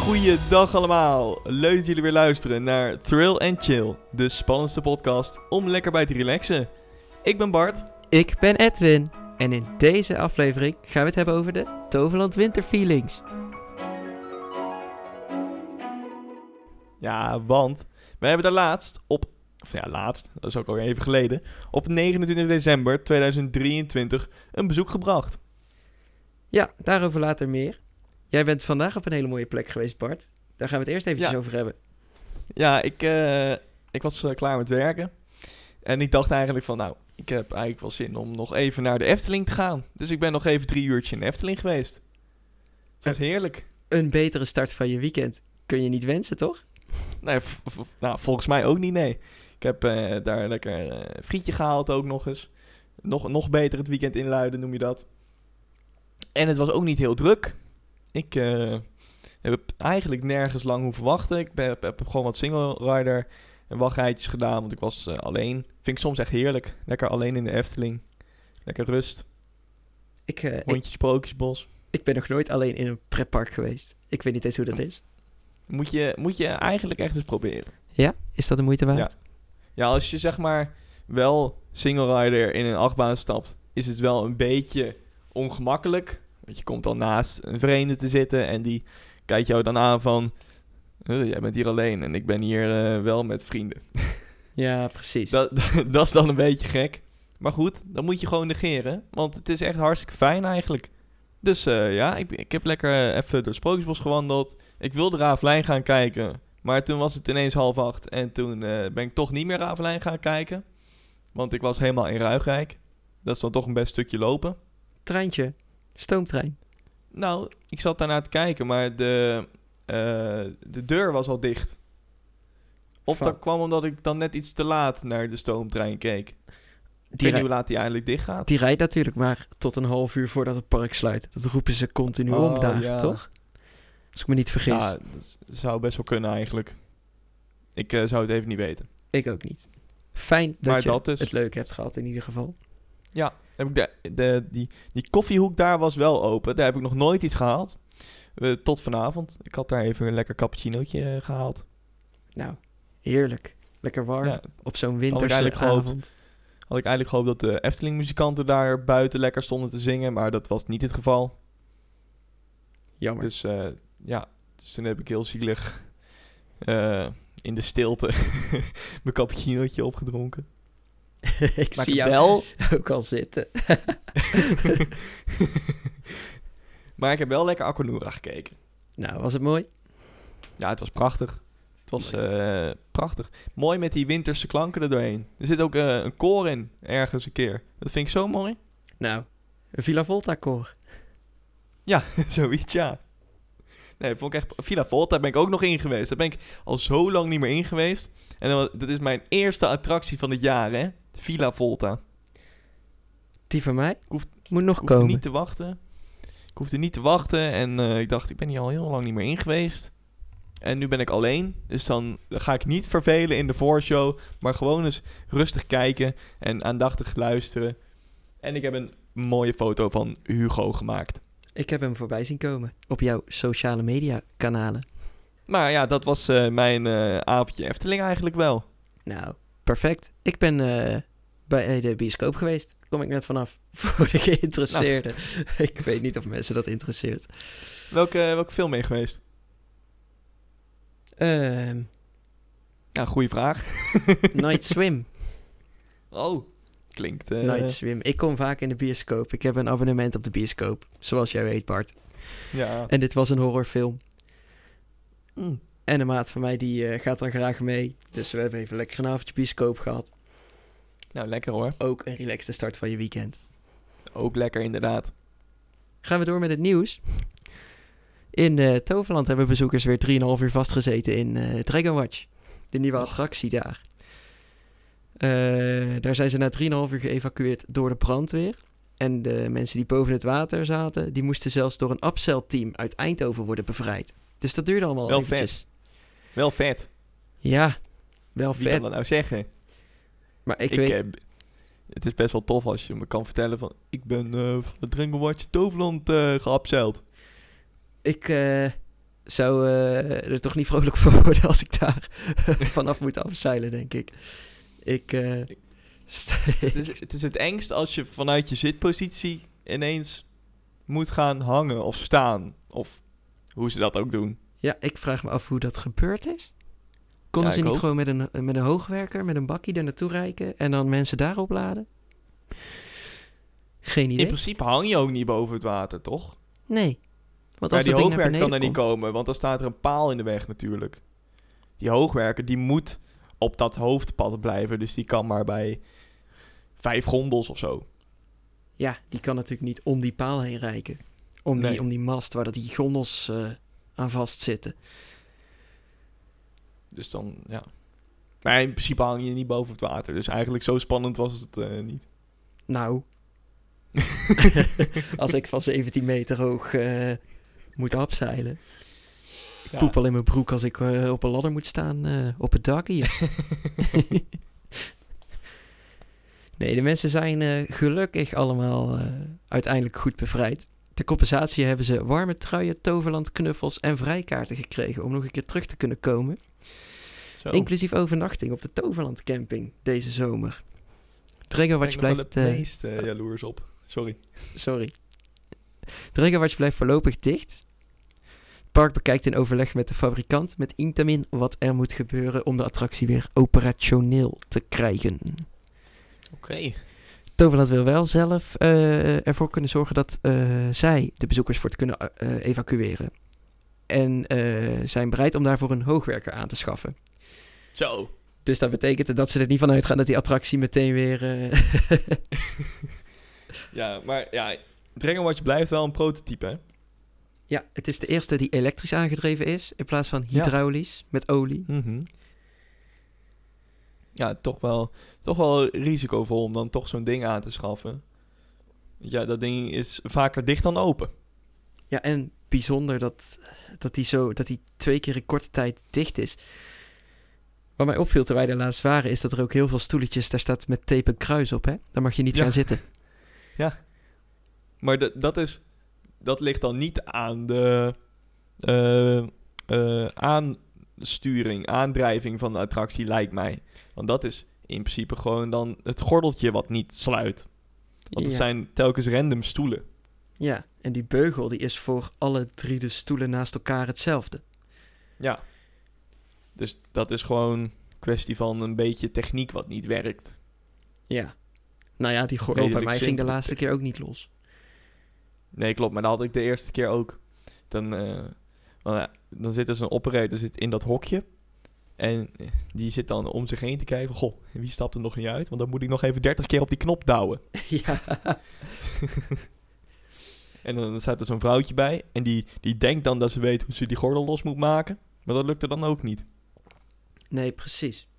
Goeiedag allemaal. Leuk dat jullie weer luisteren naar Thrill and Chill, de spannendste podcast om lekker bij te relaxen. Ik ben Bart. Ik ben Edwin. En in deze aflevering gaan we het hebben over de Toverland Winterfeelings. Ja, want we hebben daar dat is ook al even geleden, op 29 december 2023 een bezoek gebracht. Ja, daarover later meer. Jij bent vandaag op een hele mooie plek geweest, Bart. Daar gaan we het eerst eventjes over hebben. Ja, ik was klaar met werken. En ik dacht eigenlijk van, ik heb eigenlijk wel zin om nog even naar de Efteling te gaan. Dus ik ben nog even 3 uurtjes in de Efteling geweest. Het was heerlijk. Een betere start van je weekend kun je niet wensen, toch? Nee, volgens mij ook niet, nee. Ik heb daar lekker een frietje gehaald ook nog eens. Nog beter het weekend inluiden, noem je dat. En het was ook niet heel druk. Ik heb eigenlijk nergens lang hoeven wachten. Ik heb gewoon wat single rider en wachtrijtjes gedaan, want ik was alleen. Vind ik soms echt heerlijk. Lekker alleen in de Efteling. Lekker rust. Rondje Sprookjesbos. Ik ben nog nooit alleen in een pretpark geweest. Ik weet niet eens hoe dat is. Moet je eigenlijk echt eens proberen. Ja? Is dat de moeite waard? Ja, als je zeg maar wel single rider in een achtbaan stapt, is het wel een beetje ongemakkelijk. Want je komt dan naast een vreemde te zitten en die kijkt jou dan aan van, jij bent hier alleen en ik ben hier wel met vrienden. Ja, precies. Dat is dan een beetje gek. Maar goed, dan moet je gewoon negeren, want het is echt hartstikke fijn eigenlijk. Dus ik heb lekker even door het Sprookjesbos gewandeld. Ik wilde Ravelijn gaan kijken, maar toen was het ineens 7:30 en toen ben ik toch niet meer Ravelijn gaan kijken. Want ik was helemaal in Ruigrijk. Dat is dan toch een best stukje lopen. Treintje. Stoomtrein. Nou, ik zat daarnaar te kijken, maar de deur was al dicht. Of dat kwam omdat ik dan net iets te laat naar de stoomtrein keek. Ik weet niet hoe laat die eigenlijk dicht gaat. Die rijdt natuurlijk maar tot een half uur voordat het park sluit. Dat roepen ze continu om daar, toch? Als ik me niet vergis. Ja, dat zou best wel kunnen eigenlijk. Ik zou het even niet weten. Ik ook niet. Fijn dat je dus het leuk hebt gehad in ieder geval. Ja, heb ik die koffiehoek daar was wel open. Daar heb ik nog nooit iets gehaald. Tot vanavond. Ik had daar even een lekker cappuccinootje gehaald. Nou, heerlijk. Lekker warm op zo'n winterse avond. Had ik eigenlijk gehoopt dat de Efteling-muzikanten daar buiten lekker stonden te zingen. Maar dat was niet het geval. Jammer. Dus dus toen heb ik heel zielig in de stilte mijn cappuccinootje opgedronken. Ik zie jou wel ook al zitten. Maar ik heb wel lekker Aquanura gekeken. Nou, was het mooi? Ja, het was prachtig. Het was prachtig. Mooi met die winterse klanken er doorheen. Er zit ook een koor in, ergens een keer. Dat vind ik zo mooi. Nou, een Villa Volta koor. Ja, zoiets, ja. Nee, vond ik echt... Villa Volta ben ik ook nog in geweest. Daar ben ik al zo lang niet meer in geweest. En dat is mijn eerste attractie van het jaar, hè. Villa Volta. Die van mij? Moet nog komen. Ik hoefde niet te wachten. En ik dacht, ik ben hier al heel lang niet meer in geweest. En nu ben ik alleen. Dus dan ga ik niet vervelen in de voorshow. Maar gewoon eens rustig kijken. En aandachtig luisteren. En ik heb een mooie foto van Hugo gemaakt. Ik heb hem voorbij zien komen. Op jouw sociale media kanalen. Maar ja, dat was mijn avondje Efteling eigenlijk wel. Nou, perfect. Ik ben bij de bioscoop geweest. Kom ik net vanaf. Voor de geïnteresseerden. Nou. Ik weet niet of mensen dat interesseert. Welke film ben je geweest? Goeie vraag. Night Swim. Oh, klinkt... Night Swim. Ik kom vaak in de bioscoop. Ik heb een abonnement op de bioscoop. Zoals jij weet, Bart. Ja. En dit was een horrorfilm. Mm. En een maat van mij die gaat dan graag mee. Dus we hebben even lekker een avondje bioscoop gehad. Nou, lekker hoor. Ook een relaxte start van je weekend. Ook lekker, inderdaad. Gaan we door met het nieuws. In Toverland hebben bezoekers weer 3,5 uur vastgezeten in Dragon Watch. De nieuwe attractie daar. Daar zijn ze na 3,5 uur geëvacueerd door de brandweer. En de mensen die boven het water zaten, die moesten zelfs door een upsell-team uit Eindhoven worden bevrijd. Dus dat duurde allemaal wel eventjes. Vet. Wel vet. Ja, wel vet. Wie kan dat nou zeggen? Maar ik weet... Het is best wel tof als je me kan vertellen van... Ik ben van de Dragon Watch Toverland geupseld. zou er toch niet vrolijk voor worden als ik daar vanaf moet afzeilen, denk ik. Het is het engst als je vanuit je zitpositie ineens moet gaan hangen of staan. Of hoe ze dat ook doen. Ja, ik vraag me af hoe dat gebeurd is. Konden ze ik niet ook. gewoon met een hoogwerker, met een bakkie er naartoe reiken en dan mensen daarop laden? Geen idee. In principe hang je ook niet boven het water, toch? Nee. Want Maar als die dat ding naar hoogwerker beneden kan er niet komt... komen, want dan staat er een paal in de weg natuurlijk. Die hoogwerker, die moet op dat hoofdpad blijven. Dus die kan maar bij 5 gondels of zo. Ja, die kan natuurlijk niet om die paal heen reiken. Om die mast waar dat die gondels aan vastzitten. Dus dan, ja. Maar in principe hang je niet boven het water. Dus eigenlijk zo spannend was het niet. Nou. Als ik van 17 meter hoog moet afzeilen. Ja. Poep al in mijn broek als ik op een ladder moet staan op het dak hier. Nee, de mensen zijn gelukkig allemaal uiteindelijk goed bevrijd. Ter compensatie hebben ze warme truien, toverland, knuffels en vrijkaarten gekregen om nog een keer terug te kunnen komen. Zo. Inclusief overnachting op de Toverland camping deze zomer. Daar Dragonwatch ben ik nog blijft... wel het meest jaloers op. Sorry. Dragonwatch blijft voorlopig dicht. Het park bekijkt in overleg met de fabrikant met Intamin wat er moet gebeuren om de attractie weer operationeel te krijgen. Oké. Toverland wil wel zelf ervoor kunnen zorgen dat zij de bezoekers voor het kunnen evacueren. En zijn bereid om daarvoor een hoogwerker aan te schaffen. Zo. Dus dat betekent dat ze er niet van uitgaan dat die attractie meteen weer... Ja, maar ja, Dragonwatch blijft wel een prototype, hè? Ja, het is de eerste die elektrisch aangedreven is in plaats van hydraulisch met olie. Mm-hmm. Ja, toch wel risicovol om dan toch zo'n ding aan te schaffen. Ja, dat ding is vaker dicht dan open. Ja, en bijzonder dat die 2 keer in korte tijd dicht is. Wat mij opviel terwijl wij er laatst waren, is dat er ook heel veel stoeletjes, daar staat met tape een kruis op, hè? Daar mag je niet gaan zitten. Ja. Maar dat ligt dan niet aan de aandrijving van de attractie, lijkt mij. Want dat is in principe gewoon dan het gordeltje wat niet sluit. Want het zijn telkens random stoelen. Ja, en die beugel die is voor alle 3 de stoelen naast elkaar hetzelfde. Ja. Dus dat is gewoon een kwestie van een beetje techniek wat niet werkt. Ja. Nou ja, die gordel bij mij ging de simpel. laatste keer ook niet los. Nee, klopt. Maar dat had ik de eerste keer ook. Dan zit er zo'n operator in dat hokje. En die zit dan om zich heen te kijken. Goh, wie stapt er nog niet uit? Want dan moet ik nog even 30 keer op die knop douwen. Ja. En dan staat er zo'n vrouwtje bij. En die denkt dan dat ze weet hoe ze die gordel los moet maken. Maar dat lukt er dan ook niet. Nee, precies.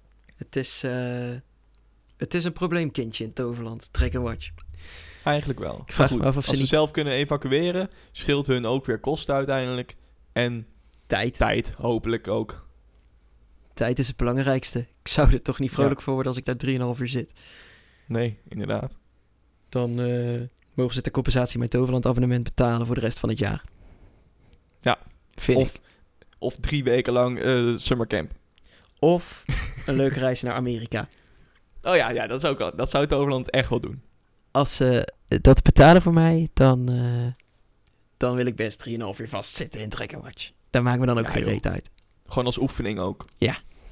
Het is een probleemkindje in Toverland, Dragonwatch. Eigenlijk wel. Ik vraag Maar me af of als ze niet zelf kunnen evacueren, scheelt hun ook weer kosten uiteindelijk. En tijd, hopelijk ook. Tijd is het belangrijkste. Ik zou er toch niet vrolijk voor worden als ik daar 3,5 uur zit. Nee, inderdaad. Dan mogen ze ter compensatie mijn Toverland abonnement betalen voor de rest van het jaar. Ja. Vind ik. Of 3 weken lang summercamp. Of een leuke reis naar Amerika. Oh ja, dat zou Toverland echt wel doen. Als ze dat betalen voor mij, dan wil ik best 3,5 uur vastzitten in Dragonwatch. Daar maakt me dan ook geen reet uit. Gewoon als oefening ook. Ja.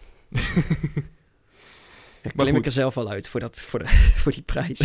Maar klim goed. ik er zelf al uit voor die prijs.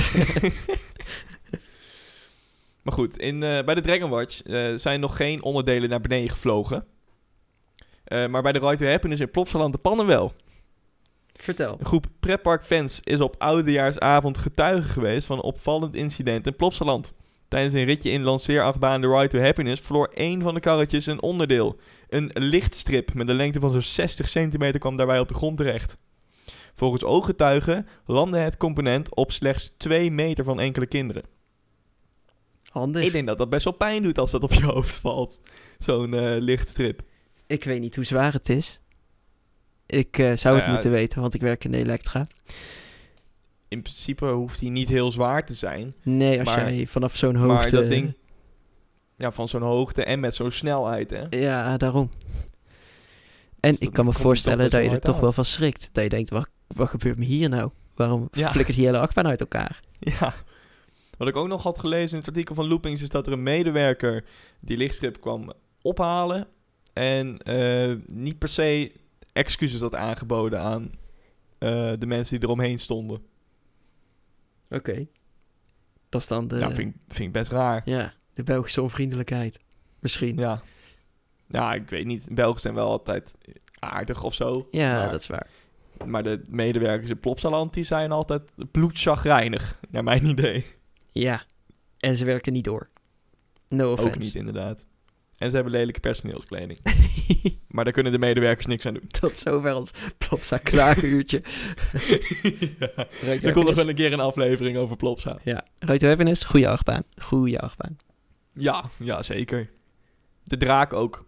Maar goed, bij de Dragonwatch zijn nog geen onderdelen naar beneden gevlogen. Maar bij de Ride to Happiness in Plopsaland de Pannen wel. Vertel. Een groep pretparkfans is op oudejaarsavond getuige geweest van een opvallend incident in Plopsaland. Tijdens een ritje in lanceerachtbaan de Ride to Happiness verloor één van de karretjes een onderdeel. Een lichtstrip met een lengte van zo'n 60 centimeter kwam daarbij op de grond terecht. Volgens ooggetuigen landde het component op slechts 2 meter van enkele kinderen. Handig. Ik denk dat dat best wel pijn doet als dat op je hoofd valt. Zo'n lichtstrip. Ik weet niet hoe zwaar het is. Ik zou het moeten weten, want ik werk in de Elektra. In principe hoeft hij niet heel zwaar te zijn. Nee, als jij vanaf zo'n hoogte... Maar dat ding... van zo'n hoogte en met zo'n snelheid, hè. Ja, daarom. En Dus ik kan me komt hij voorstellen toch dat je best er wel toch hard wel van schrikt. Dat je denkt, wat gebeurt me hier nou? Waarom Ja. flikkert die hele achtbaan uit elkaar? Ja. Wat ik ook nog had gelezen in het artikel van Loopings is dat er een medewerker die lichtschip kwam ophalen en niet per se excuses had aangeboden aan de mensen die eromheen stonden. Oké. Dat is dan de... Ja, vind ik best raar. Ja, de Belgische onvriendelijkheid. Misschien. Ja, Ja, ik weet niet. Belgen zijn wel altijd aardig of zo. dat is waar. Maar de medewerkers in Plopsaland die zijn altijd bloedchagrijnig, naar mijn idee. Ja. En ze werken niet door. No offense. Ook niet, inderdaad. En ze hebben lelijke personeelskleding. Maar daar kunnen de medewerkers niks aan doen. Tot zover ons Plopsa klagenuurtje. Er komt nog wel een keer een aflevering over Plopsa. Ja, Ruiter Happiness, goede achtbaan. Goede achtbaan. Ja, zeker. De draak ook.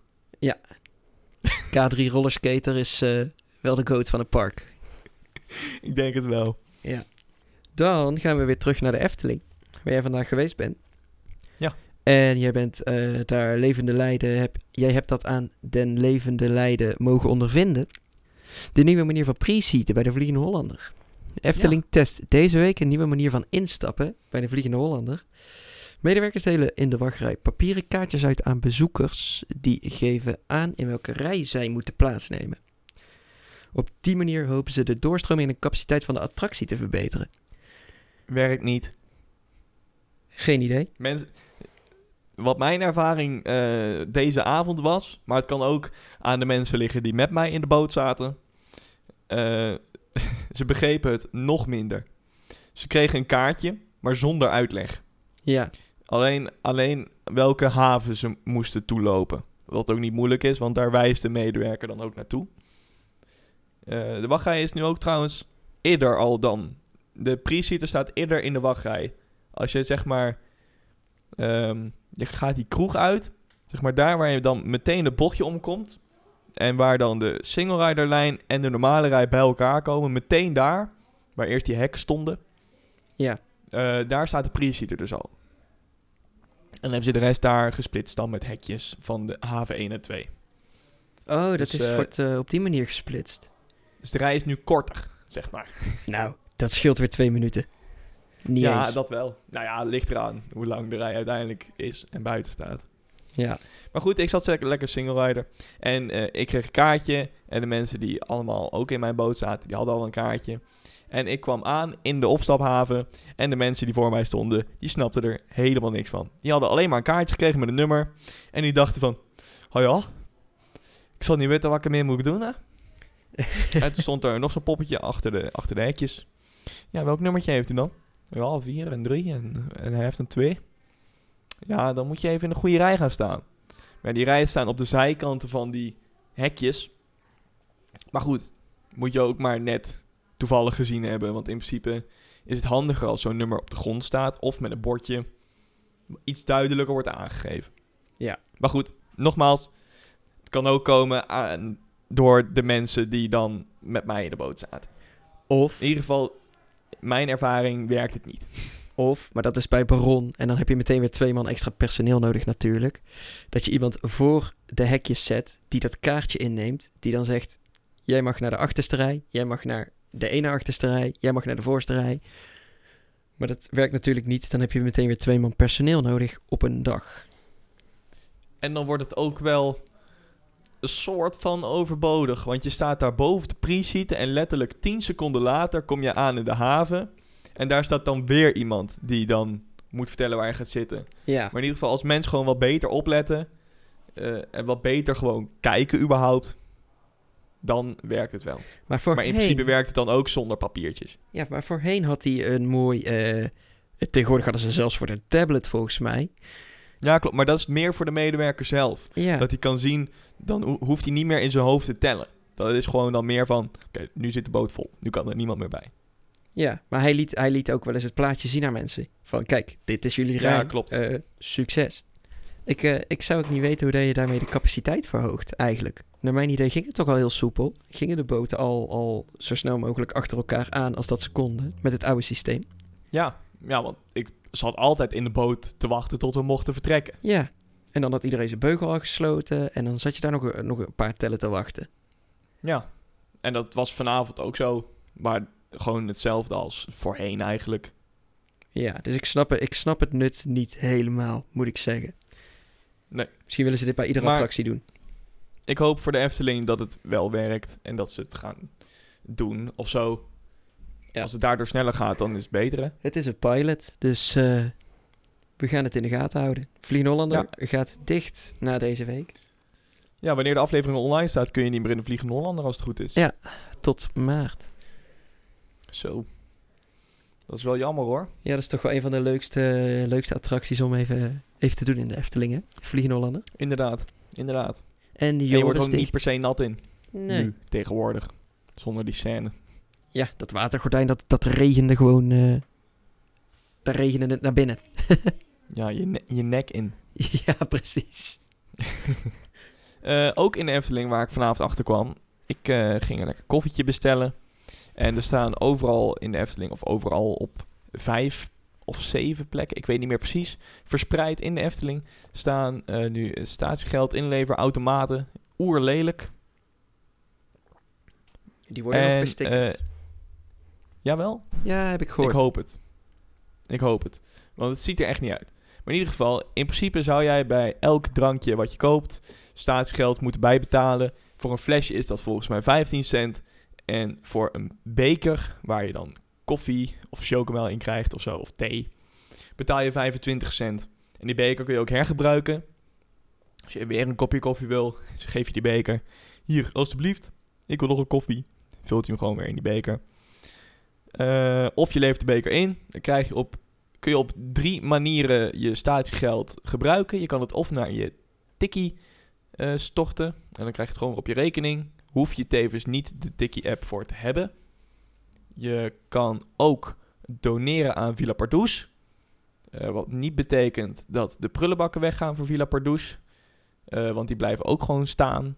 K3 rollerskater is wel de goat van het park. Ik denk het wel. Ja. Dan gaan we weer terug naar de Efteling, waar jij vandaag geweest bent. Ja. En jij bent daar levende lijden, jij hebt dat aan den levende lijden mogen ondervinden. De nieuwe manier van pre-seaten bij de Vliegende Hollander. De Efteling test deze week een nieuwe manier van instappen bij de Vliegende Hollander. Medewerkers delen in de wachtrij papieren kaartjes uit aan bezoekers die geven aan in welke rij zij moeten plaatsnemen. Op die manier hopen ze de doorstroming en de capaciteit van de attractie te verbeteren. Werkt niet. Geen idee. Wat mijn ervaring deze avond was, maar het kan ook aan de mensen liggen die met mij in de boot zaten. Ze begrepen het nog minder. Ze kregen een kaartje, maar zonder uitleg. Ja. Alleen welke haven ze moesten toelopen. Wat ook niet moeilijk is, want daar wijst de medewerker dan ook naartoe. De wachtrij is nu ook trouwens eerder al dan. De pre-seater staat eerder in de wachtrij. Als je zeg maar... je gaat die kroeg uit. Zeg maar daar waar je dan meteen het bochtje omkomt. En waar dan de single rider lijn en de normale rij bij elkaar komen. Meteen daar, waar eerst die hekken stonden. Ja. Daar staat de pre-seater dus al. En dan hebben ze de rest daar gesplitst dan met hekjes van de haven 1 en 2. Oh, dat Dus, wordt op die manier gesplitst. Dus de rij is nu korter, zeg maar. Nou, dat scheelt weer 2 minuten. Niet Ja, eens. dat wel. Nou ja, het ligt eraan hoe lang de rij uiteindelijk is en buiten staat. Ja. Maar goed, ik zat lekker single rider. En ik kreeg een kaartje. En de mensen die allemaal ook in mijn boot zaten, die hadden al een kaartje. En ik kwam aan in de opstaphaven. En de mensen die voor mij stonden, die snapten er helemaal niks van. Die hadden alleen maar een kaartje gekregen met een nummer. En die dachten van, oh ja, ik zal niet weten wat ik ermee moet doen, hè. En toen stond er nog zo'n poppetje achter de hekjes. Ja, welk nummertje heeft u dan? Ja, 4 en 3 en hij heeft een 2. Ja, dan moet je even in een goede rij gaan staan. Maar die rijen staan op de zijkanten van die hekjes. Maar goed, moet je ook maar net toevallig gezien hebben. Want in principe is het handiger als zo'n nummer op de grond staat. Of met een bordje iets duidelijker wordt aangegeven. Ja. Maar goed, nogmaals. Het kan ook komen door de mensen die dan met mij in de boot zaten. Of, In ieder geval, mijn ervaring werkt het niet. maar dat is bij Baron. En dan heb je meteen weer 2 man extra personeel nodig natuurlijk. Dat je iemand voor de hekjes zet die dat kaartje inneemt. Die dan zegt, jij mag naar de achterste rij. Jij mag naar de ene achterste rij. Jij mag naar de voorste rij. Maar dat werkt natuurlijk niet. Dan heb je meteen weer 2 man personeel nodig op een dag. En dan wordt het ook wel een soort van overbodig. Want je staat daar boven te pre-seaten en letterlijk 10 seconden later kom je aan in de haven. En daar staat dan weer iemand die dan moet vertellen waar je gaat zitten. Ja. Maar in ieder geval als mensen gewoon wat beter opletten en wat beter gewoon kijken überhaupt, dan werkt het wel. Maar voorheen, Maar in principe werkt het dan ook zonder papiertjes. Ja, maar voorheen had hij een mooi... tegenwoordig hadden ze zelfs voor de tablet volgens mij. Ja, klopt. Maar dat is meer voor de medewerker zelf. Ja. Dat hij kan zien, dan hoeft hij niet meer in zijn hoofd te tellen. Dat is gewoon dan meer van, oké, nu zit de boot vol. Nu kan er niemand meer bij. Ja, maar hij liet ook wel eens het plaatje zien aan mensen. Van, kijk, dit is jullie rij. Ja, klopt. Succes. Ik zou ook niet weten hoe dat je daarmee de capaciteit verhoogt, eigenlijk. Naar mijn idee ging het toch al heel soepel. Gingen de boten al zo snel mogelijk achter elkaar aan als dat ze konden. Met het oude systeem. Ja, want ik zat altijd in de boot te wachten tot we mochten vertrekken. Ja. En dan had iedereen zijn beugel al gesloten. En dan zat je daar nog een paar tellen te wachten. Ja, en dat was vanavond ook zo. Maar gewoon hetzelfde als voorheen eigenlijk. Ja, dus ik snap het nut niet helemaal, moet ik zeggen. Nee. Misschien willen ze dit bij iedere Maar attractie doen. ik hoop voor de Efteling dat het wel werkt. En dat ze het gaan doen of zo. Ja. Als het daardoor sneller gaat, dan is het beter, hè? Het is een pilot, dus we gaan het in de gaten houden. Vliegende Hollander gaat dicht na deze week. Ja, wanneer de aflevering online staat, kun je niet meer in de Vliegende Hollander als het goed is. Ja. Tot maart. Zo. Dat is wel jammer, hoor. Ja, dat is toch wel een van de leukste attracties om even te doen in de Efteling, hè? Vliegende Hollander. Inderdaad. En En je wordt Joris ook niet dicht. per se nat in. Nee. Nu, tegenwoordig. Zonder die scène. Ja, dat watergordijn, dat regende gewoon... daar regende het naar binnen. Ja, je nek in. Ja, precies. Ook in de Efteling, waar ik vanavond achter kwam. Ik ging een lekker koffietje bestellen. En er staan overal in de Efteling, of overal op 5 of 7 plekken, ik weet niet meer precies, verspreid in de Efteling, staan nu statiegeld inleverautomaten. Oerlelijk. Die worden nog bestickerd. Jawel? Ja, heb ik gehoord. Ik hoop het. Want het ziet er echt niet uit. Maar in ieder geval, in principe zou jij bij elk drankje wat je koopt statiegeld moeten bijbetalen. Voor een flesje is dat volgens mij 15 cent. En voor een beker, waar je dan koffie of chocomel in krijgt of zo, of thee, betaal je 25 cent. En die beker kun je ook hergebruiken. Als je weer een kopje koffie wil, geef je die beker. Hier, alstublieft, ik wil nog een koffie. Vult je hem gewoon weer in die beker. Of je levert de beker in. Dan kun je op 3 manieren je statiegeld gebruiken. Je kan het of naar je tikkie storten. En dan krijg je het gewoon op je rekening. Hoef je tevens niet de Tikkie-app voor te hebben. Je kan ook doneren aan Villa Pardoes. Wat niet betekent dat de prullenbakken weggaan voor Villa Pardoes. Want die blijven ook gewoon staan.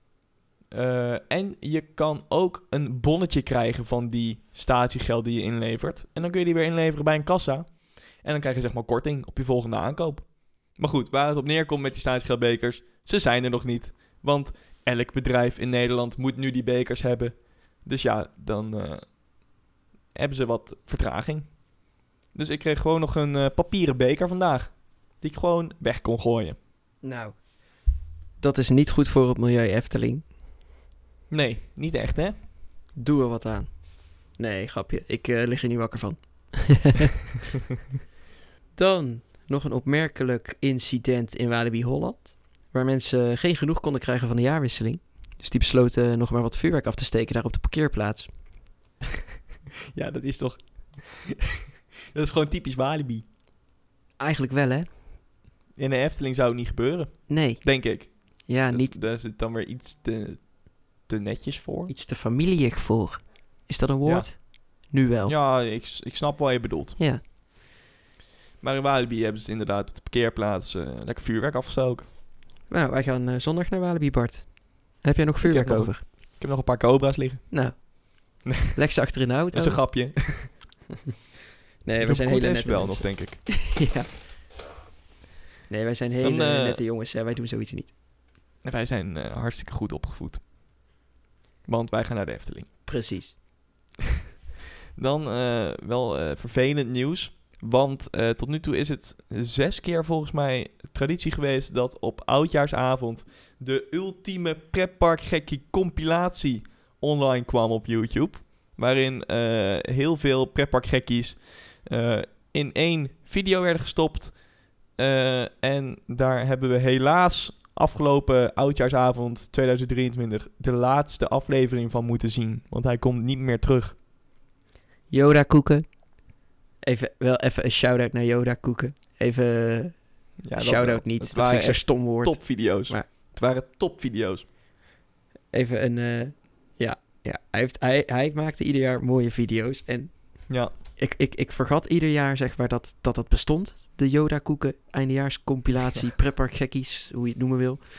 En je kan ook een bonnetje krijgen van die statiegeld die je inlevert. En dan kun je die weer inleveren bij een kassa. En dan krijg je zeg maar korting op je volgende aankoop. Maar goed, waar het op neerkomt met die statiegeldbekers, ze zijn er nog niet. Want elk bedrijf in Nederland moet nu die bekers hebben. Dus ja, dan hebben ze wat vertraging. Dus ik kreeg gewoon nog een papieren beker vandaag. Die ik gewoon weg kon gooien. Nou, dat is niet goed voor het milieu, Efteling. Nee, niet echt, hè? Doe er wat aan. Nee, grapje. Ik lig er niet wakker van. Dan nog een opmerkelijk incident in Walibi Holland. Waar mensen geen genoeg konden krijgen van de jaarwisseling. Dus die besloten nog maar wat vuurwerk af te steken daar op de parkeerplaats. Ja, dat is toch... dat is gewoon typisch Walibi. Eigenlijk wel, hè? In de Efteling zou het niet gebeuren. Nee. Denk ik. Ja, Dus niet daar is het dan weer iets te netjes voor. iets te familieig voor. Is dat een woord? Nu wel. Ja, ik snap wat je bedoelt. Ja. Maar in Walibi hebben ze inderdaad op de parkeerplaats lekker vuurwerk afgestoken. Nou, wij gaan zondag naar Walibi, Bart. Heb jij nog vuurwerk nog over? Ik heb nog een paar cobra's liggen. Nou, leg ze achter in de auto. Dat is een grapje. Nee, we zijn hele nette wel mensen. nog, denk ik. Ja. Nee, wij zijn hele nette jongens. Hè. Wij doen zoiets niet. En wij zijn hartstikke goed opgevoed. Want wij gaan naar de Efteling. Precies. Dan wel vervelend nieuws. Want tot nu toe is het 6 keer volgens mij traditie geweest dat op oudjaarsavond de ultieme pretparkgekkie compilatie online kwam op YouTube. Waarin heel veel pretparkgekkies in 1 video werden gestopt. En daar hebben we helaas afgelopen oudjaarsavond 2023 de laatste aflevering van moeten zien. Want hij komt niet meer terug. Yoda koeken. Even een shout-out naar Yoda koeken. Even Ja, shout-out niet. Dat vind ik zo'n stom woord. Topvideo's. Maar het waren topvideo's. even een... ja. Hij maakte ieder jaar mooie video's. En Ja. ik vergat ieder jaar zeg maar dat bestond. De Yoda koeken eindejaarscompilatie. Pretpark gekkies, hoe je het noemen wil.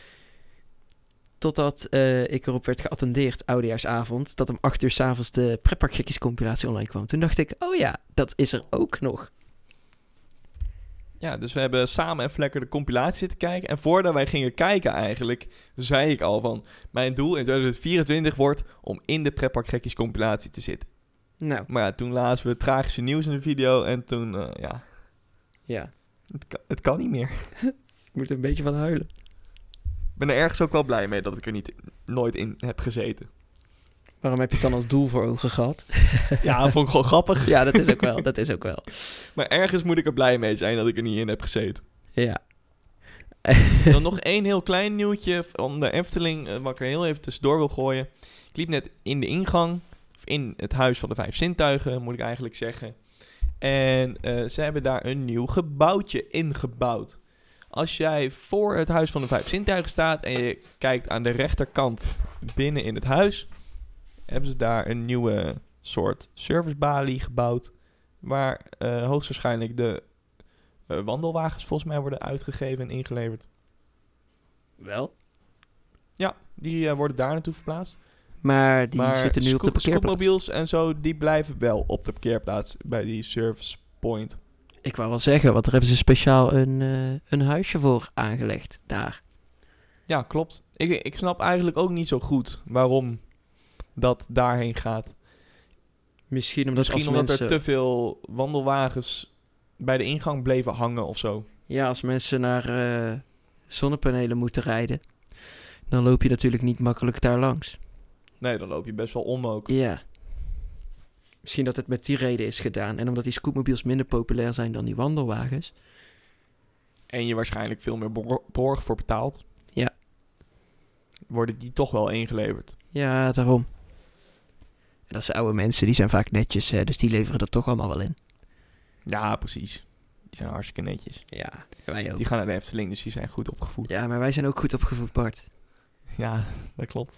Totdat ik erop werd geattendeerd, oudejaarsavond, dat om 8 uur 's avonds de Pretpark gekkies compilatie online kwam. Toen dacht ik, oh ja, dat is er ook nog. Ja, dus we hebben samen even lekker de compilatie zitten kijken. En voordat wij gingen kijken eigenlijk, zei ik al van... Mijn doel in 2024 wordt om in de Pretpark Gekkies compilatie te zitten. Nou, Maar ja, toen lazen we het tragische nieuws in de video en toen, ja. het kan niet meer. Ik moet er een beetje van huilen. Ik ben er ergens ook wel blij mee dat ik er nooit in heb gezeten. Waarom heb je het dan als doel voor ogen gehad? Ja, dat vond ik gewoon grappig. Ja, dat is ook wel. Maar ergens moet ik er blij mee zijn dat ik er niet in heb gezeten. Ja. Dan nog één heel klein nieuwtje van de Efteling, wat ik er heel even tussendoor wil gooien. Ik liep net in de ingang, of in het Huis van de 5 Zintuigen, moet ik eigenlijk zeggen. En ze hebben daar een nieuw gebouwtje ingebouwd. Als jij voor het Huis van de 5 Zintuigen staat en je kijkt aan de rechterkant binnen in het huis, hebben ze daar een nieuwe soort servicebalie gebouwd, waar hoogstwaarschijnlijk de wandelwagens volgens mij worden uitgegeven en ingeleverd. Wel? Ja, die worden daar naartoe verplaatst. Maar die zitten nu op de parkeerplaats. Scootmobiels en zo, die blijven wel op de parkeerplaats bij die service point. Ik wou wel zeggen, want daar hebben ze speciaal een huisje voor aangelegd daar. Ja, klopt. Ik snap eigenlijk ook niet zo goed waarom dat daarheen gaat. Misschien omdat er te veel wandelwagens bij de ingang bleven hangen of zo. Ja, als mensen naar zonnepanelen moeten rijden, dan loop je natuurlijk niet makkelijk daar langs. Nee, dan loop je best wel onmogelijk. Ja. Misschien dat het met die reden is gedaan. En omdat die scootmobiels minder populair zijn dan die wandelwagens. En je waarschijnlijk veel meer borg voor betaalt. Ja. Worden die toch wel ingeleverd. Ja, daarom. En dat zijn oude mensen, die zijn vaak netjes, hè, dus die leveren dat toch allemaal wel in. Ja, precies. Die zijn hartstikke netjes. Ja, wij ook. Die gaan naar de Efteling, dus die zijn goed opgevoed. Ja, maar wij zijn ook goed opgevoed, Bart. Ja, dat klopt.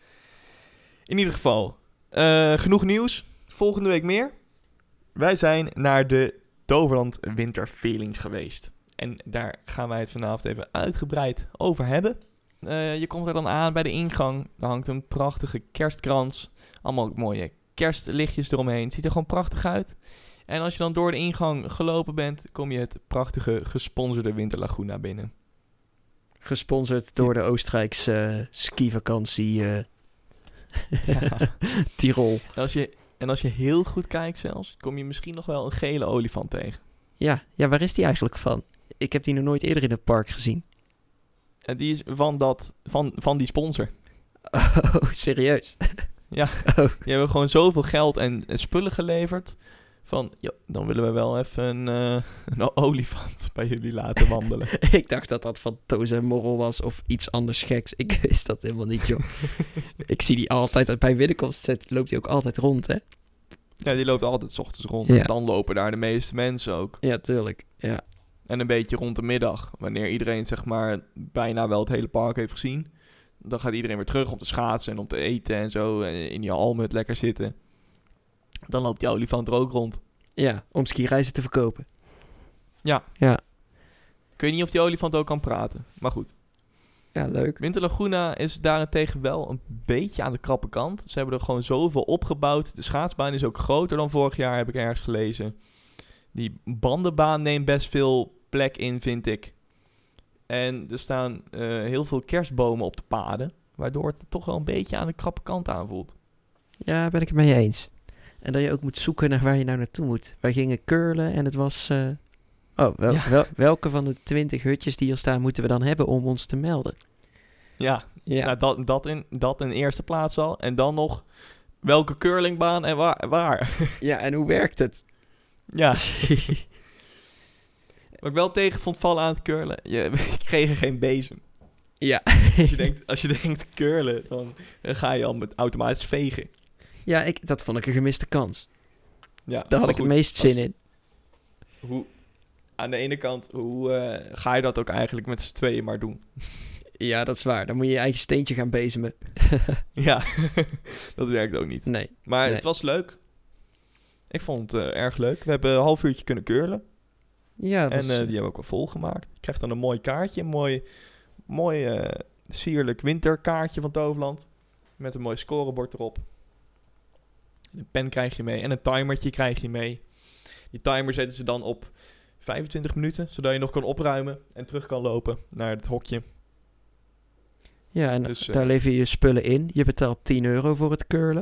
In ieder geval, genoeg nieuws. Volgende week meer. Wij zijn naar de Toverland Winter Feelings geweest. En daar gaan wij het vanavond even uitgebreid over hebben. Je komt er dan aan bij de ingang. Er hangt een prachtige kerstkrans. Allemaal mooie kerstlichtjes eromheen. Ziet er gewoon prachtig uit. En als je dan door de ingang gelopen bent, kom je het prachtige gesponsorde Winterlaguna binnen. Gesponsord door de Oostenrijkse skivakantie Ja. Tirol. En als je heel goed kijkt zelfs, kom je misschien nog wel een gele olifant tegen. Ja, waar is die eigenlijk van? Ik heb die nog nooit eerder in het park gezien. En die is van die sponsor. Oh, serieus? Ja, Oh. die hebben gewoon zoveel geld en spullen geleverd. Van, ja, dan willen we wel even een olifant bij jullie laten wandelen. Ik dacht dat dat van Toos en Morrel was of iets anders geks. Ik wist dat helemaal niet, joh. Ik zie die altijd, bij binnenkomst loopt die ook altijd rond, hè? Ja, die loopt altijd 's ochtends rond. Ja. Dan lopen daar de meeste mensen ook. Ja, tuurlijk. Ja. En een beetje rond de middag, wanneer iedereen zeg maar bijna wel het hele park heeft gezien. Dan gaat iedereen weer terug om te schaatsen en om te eten en zo. En in je almut lekker zitten. Dan loopt die olifant er ook rond. Ja, om skireizen te verkopen. Ja. Ja. Ik weet niet of die olifant ook kan praten, maar goed. Ja, leuk. Winterlaguna is daarentegen wel een beetje aan de krappe kant. Ze hebben er gewoon zoveel opgebouwd. De schaatsbaan is ook groter dan vorig jaar, heb ik ergens gelezen. Die bandenbaan neemt best veel plek in, vind ik. En er staan heel veel kerstbomen op de paden, waardoor het toch wel een beetje aan de krappe kant aanvoelt. Ja, ben ik het mee eens. En dat je ook moet zoeken naar waar je nou naartoe moet. Wij gingen curlen en het was... welke van de 20 hutjes die er staan moeten we dan hebben om ons te melden? Ja, nou, dat in eerste plaats al. En dan nog welke curlingbaan en waar. Ja, en hoe werkt het? Ja. Wat ik wel tegen vond vallen aan het curlen, je kreeg geen bezem. Ja. Als je denkt curlen, dan ga je al met automatisch vegen. Ja, dat vond ik een gemiste kans. Ja, Daar had ik het meest zin in. Aan de ene kant, hoe ga je dat ook eigenlijk met z'n tweeën maar doen? Ja, dat is waar. Dan moet je je eigen steentje gaan bezemen. Ja, dat werkt ook niet. Nee. Maar het was leuk. Ik vond het erg leuk. We hebben een half uurtje kunnen curlen. Ja, en die hebben we ook wel volgemaakt. Je krijgt dan een mooi kaartje. Een mooi sierlijk winterkaartje van Toverland. Met een mooi scorebord erop. Een pen krijg je mee. En een timertje krijg je mee. Die timer zetten ze dan op 25 minuten, zodat je nog kan opruimen en terug kan lopen naar het hokje. Ja, en Dus, daar lever je je spullen in. Je betaalt €10 voor het curlen.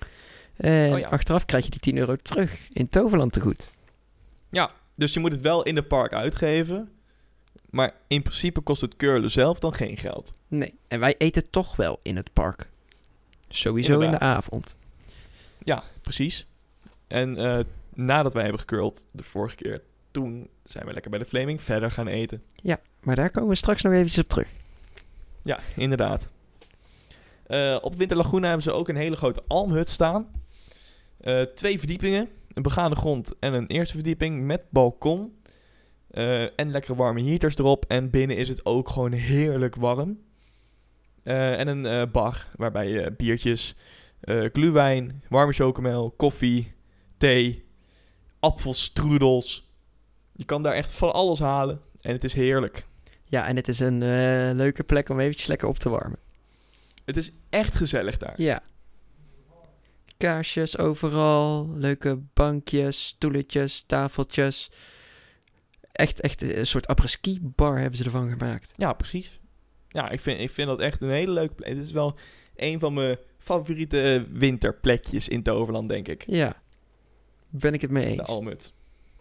En achteraf krijg je die €10 terug in Toverland tegoed. Ja, dus je moet het wel in het park uitgeven. Maar in principe kost het curlen zelf dan geen geld. Nee, en wij eten toch wel in het park. Sowieso Inderdaad. in de avond. Ja, precies. En nadat wij hebben gecurld de vorige keer, toen zijn we lekker bij de Flaming verder gaan eten. Ja, maar daar komen we straks nog eventjes op terug. Ja, inderdaad. Op Winter Laguna hebben ze ook een hele grote almhut staan. 2 verdiepingen, een begane grond en een eerste verdieping met balkon. En lekkere warme heaters erop. En binnen is het ook gewoon heerlijk warm. En een bar waarbij je biertjes, glühwein, warme chocomel, koffie, thee, appelstrudels. Je kan daar echt van alles halen. En het is heerlijk. Ja, en het is een leuke plek om eventjes lekker op te warmen. Het is echt gezellig daar. Ja. Kaarsjes overal, leuke bankjes, stoeletjes, tafeltjes. Echt een soort après-ski bar hebben ze ervan gemaakt. Ja, precies. Ja, ik vind dat echt een hele leuke plek. Het is wel een van mijn favoriete winterplekjes in Toverland, denk ik. Ja, ben ik het mee De eens. Almut.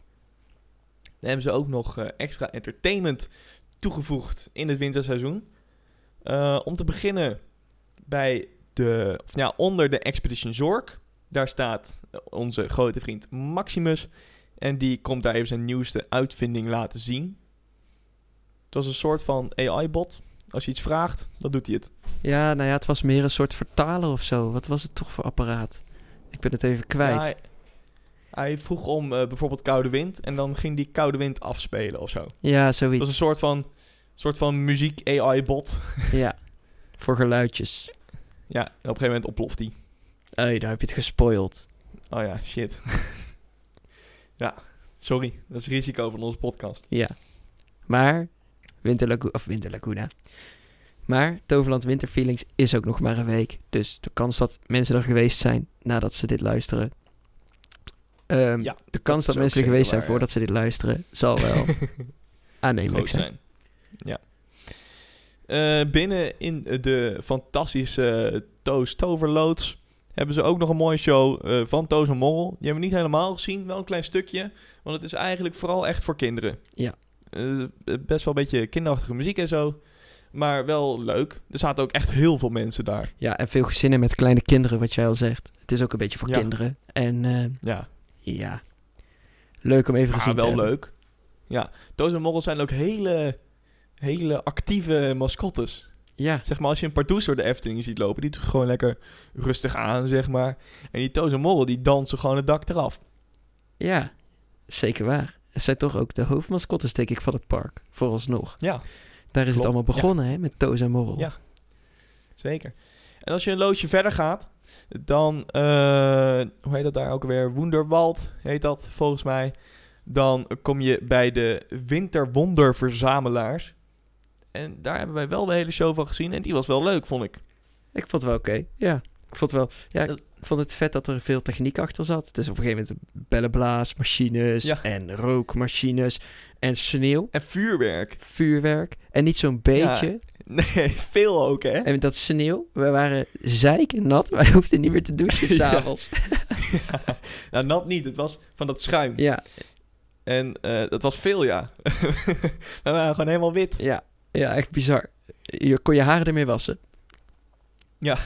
Dan hebben ze ook nog extra entertainment toegevoegd in het winterseizoen. Om te beginnen bij onder de Expedition Zork. Daar staat onze grote vriend Maximus. En die komt daar even zijn nieuwste uitvinding laten zien. Het was een soort van AI-bot. Als je iets vraagt, dan doet hij het. Ja, nou ja, het was meer een soort vertaler of zo. Wat was het toch voor apparaat? Ik ben het even kwijt. Ja, hij vroeg om bijvoorbeeld koude wind. En dan ging die koude wind afspelen of zo. Ja, Dat zoiets. was een soort van muziek-AI-bot. Ja, voor geluidjes. Ja, en op een gegeven moment ontploft hij. Hey, daar heb je het gespoild. Oh ja, shit. Ja, sorry. Dat is het risico van onze podcast. Ja. Maar, Winter Laguna. Maar Toverland Winterfeelings is ook nog maar een week. Dus de kans dat mensen er geweest zijn nadat ze dit luisteren. De kans dat is mensen ook er geweest zijn zeker waar, voordat ze dit luisteren, zal wel aannemelijk Groot zijn. Ja. Binnen in de fantastische Toos Toverloods hebben ze ook nog een mooie show van Toos en Morrel. Die hebben we niet helemaal gezien, wel een klein stukje. Want het is eigenlijk vooral echt voor kinderen. Ja. Best wel een beetje kinderachtige muziek en zo. Maar wel leuk. Er zaten ook echt heel veel mensen daar. Ja, en veel gezinnen met kleine kinderen, wat jij al zegt. Het is ook een beetje voor Ja. kinderen. En Ja, ja, leuk om even maar gezien te wel hebben. leuk. Ja, Toos en Morrel zijn ook hele actieve mascottes. Ja, Zeg maar, als je een pardoes door de Efteling ziet lopen, die doet gewoon lekker rustig aan, zeg maar. En die Toos en Morrel, die dansen gewoon het dak eraf. ja, zeker waar. Het zijn toch ook de hoofdmascottes, denk ik, van het park. Vooralsnog. Ja, Daar is Klopt, het allemaal begonnen, hè, met Toos en Morrel. Ja. zeker. En als je een loodje verder gaat, dan, hoe heet dat daar ook alweer? Wonderwald heet dat, volgens mij. Dan kom je bij de Winterwonderverzamelaars. En daar hebben wij wel de hele show van gezien. En die was wel leuk, vond ik. Ik vond het wel oké. Ja, ik vond wel. Ja, ik vond het vet dat er veel techniek achter zat. Dus op een gegeven moment bellenblaasmachines Ja. en rookmachines en sneeuw, En vuurwerk. vuurwerk en niet zo'n beetje. Nee, veel ook, hè? En dat sneeuw, we waren zeiknat. Wij hoefden niet meer te douchen Ja. s'avonds. Ja. Nou, nat niet. Het was van dat schuim. Ja, En dat was veel, ja. We waren gewoon helemaal wit. ja, ja, echt bizar. Je kon je haren ermee wassen. Ja.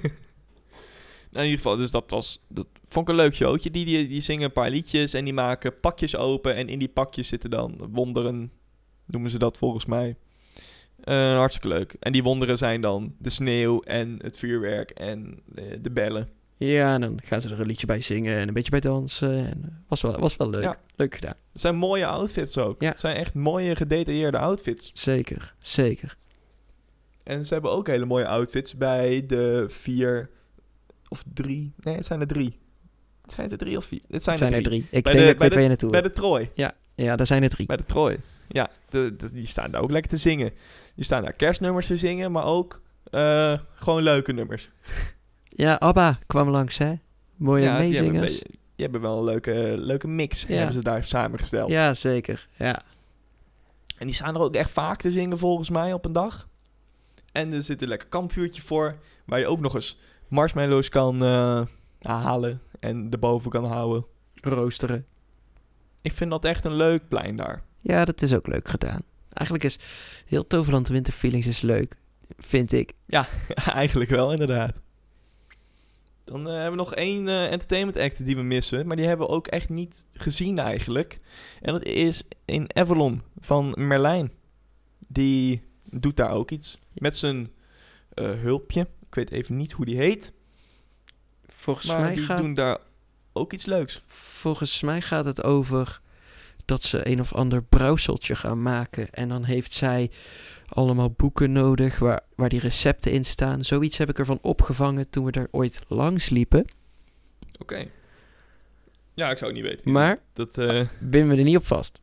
Nou, in ieder geval, dus dat vond ik een leuk showtje. Die zingen een paar liedjes en die maken pakjes open. En in die pakjes zitten dan wonderen, noemen ze dat volgens mij. Hartstikke leuk. En die wonderen zijn dan de sneeuw en het vuurwerk en de bellen. Ja, en dan gaan ze er een liedje bij zingen en een beetje bij dansen. En was wel leuk. Ja. Leuk gedaan. Het zijn mooie outfits ook. Ja. Het zijn echt mooie gedetailleerde outfits. Zeker, zeker. En ze hebben ook hele mooie outfits bij de 4 of 3. Nee, het zijn er 3. Zijn het er 3 of 4? Het zijn Er 3. Ik Bij denk de- dat ik bij weet waar je naartoe Bij wil. de Troy. Ja, daar zijn er 3. Bij de Troy. Ja, die staan daar ook lekker te zingen. Die staan daar kerstnummers te zingen, maar ook gewoon leuke nummers. Ja, ABBA kwam langs, hè? Mooie ja, die hebben meezingers. Die hebben wel een leuke mix, Ja. hebben ze daar samengesteld. Ja, zeker. Ja. En die staan er ook echt vaak te zingen volgens mij op een dag. En er zit een lekker kampvuurtje voor, waar je ook nog eens marshmallows kan halen en erboven kan houden. Roosteren. Ik vind dat echt een leuk plein daar. Ja, dat is ook leuk gedaan. Eigenlijk is heel Toverland Winter Feelings is leuk, vind ik. Eigenlijk wel, inderdaad. Dan hebben we nog één entertainment act die we missen. Maar die hebben we ook echt niet gezien eigenlijk. En dat is in Avalon van Merlijn. Die doet daar ook iets. Met zijn hulpje. Ik weet even niet hoe die heet. Volgens Maar die doen daar ook iets leuks. Volgens mij gaat het over dat ze een of ander brouwseltje gaan maken. En dan heeft zij allemaal boeken nodig waar die recepten in staan. Zoiets heb ik ervan opgevangen toen we er ooit langs liepen. Oké. Ja, ik zou het niet weten. Maar Dat, binden we er niet op vast.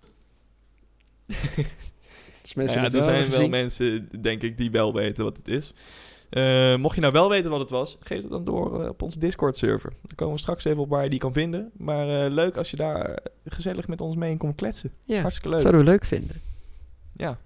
Dus mensen ja, het er zijn hebben wel gezien. mensen, denk ik, die wel weten wat het is. Mocht je nou wel weten wat het was, geef het dan door op onze Discord-server. Dan komen we straks even op waar je die kan vinden. Maar leuk als je daar gezellig met ons mee in komt kletsen. Ja, Hartstikke leuk. zouden we leuk vinden. Ja.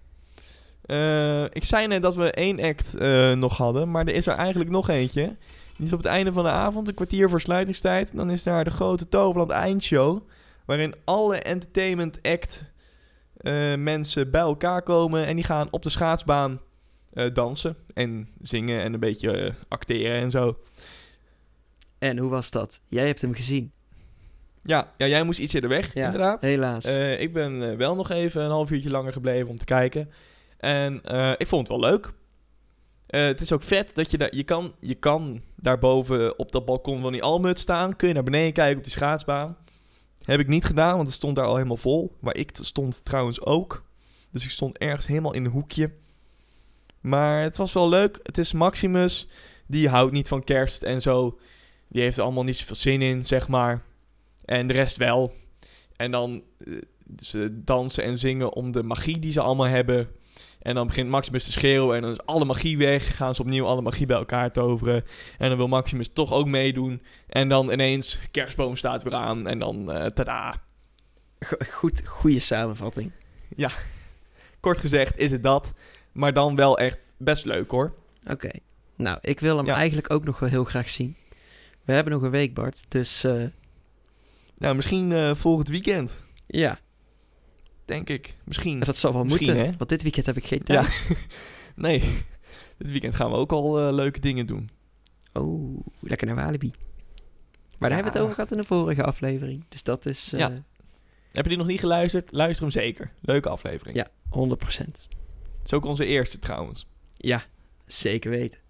Ik zei net dat we 1 act nog hadden, maar er is er eigenlijk nog eentje. Die is op het einde van de avond, een kwartier voor sluitingstijd. Dan is daar de grote Toverland eindshow, waarin alle entertainment act mensen bij elkaar komen en die gaan op de schaatsbaan dansen en zingen en een beetje acteren en zo. En hoe was dat? Jij hebt hem gezien. Ja, jij moest iets eerder weg, Ja, inderdaad. helaas. Ik ben wel nog even een half uurtje langer gebleven om te kijken. En ik vond het wel leuk. Het is ook vet dat je kan daarboven op dat balkon van die Almut staan. Kun je naar beneden kijken op die schaatsbaan. Heb ik niet gedaan, want het stond daar al helemaal vol. Waar ik stond trouwens ook. Dus ik stond ergens helemaal in een hoekje. Maar het was wel leuk. Het is Maximus. Die houdt niet van kerst en zo. Die heeft er allemaal niet zoveel zin in, zeg maar. En de rest wel. En dan ze dansen en zingen om de magie die ze allemaal hebben. En dan begint Maximus te schreeuwen en dan is alle magie weg. Gaan ze opnieuw alle magie bij elkaar toveren. En dan wil Maximus toch ook meedoen. En dan ineens, kerstboom staat weer aan. En dan, tada. Goeie samenvatting. Kort gezegd is het dat. Maar dan wel echt best leuk hoor. Oké. Nou, ik wil hem Ja. eigenlijk ook nog wel heel graag zien. We hebben nog een week, Bart. Dus Nou, misschien volgend weekend. ja, Denk ik. Misschien. dat zal wel Misschien, moeten. hè? Want dit weekend heb ik geen tijd. Ja. Nee. Dit weekend gaan we ook al leuke dingen doen. Oh, lekker naar Walibi. Maar daar hebben we het over gehad in de vorige aflevering. Dus dat is Ja. Heb je die nog niet geluisterd? Luister hem zeker. Leuke aflevering. ja, 100%. Het is ook onze eerste trouwens. Ja, zeker weten.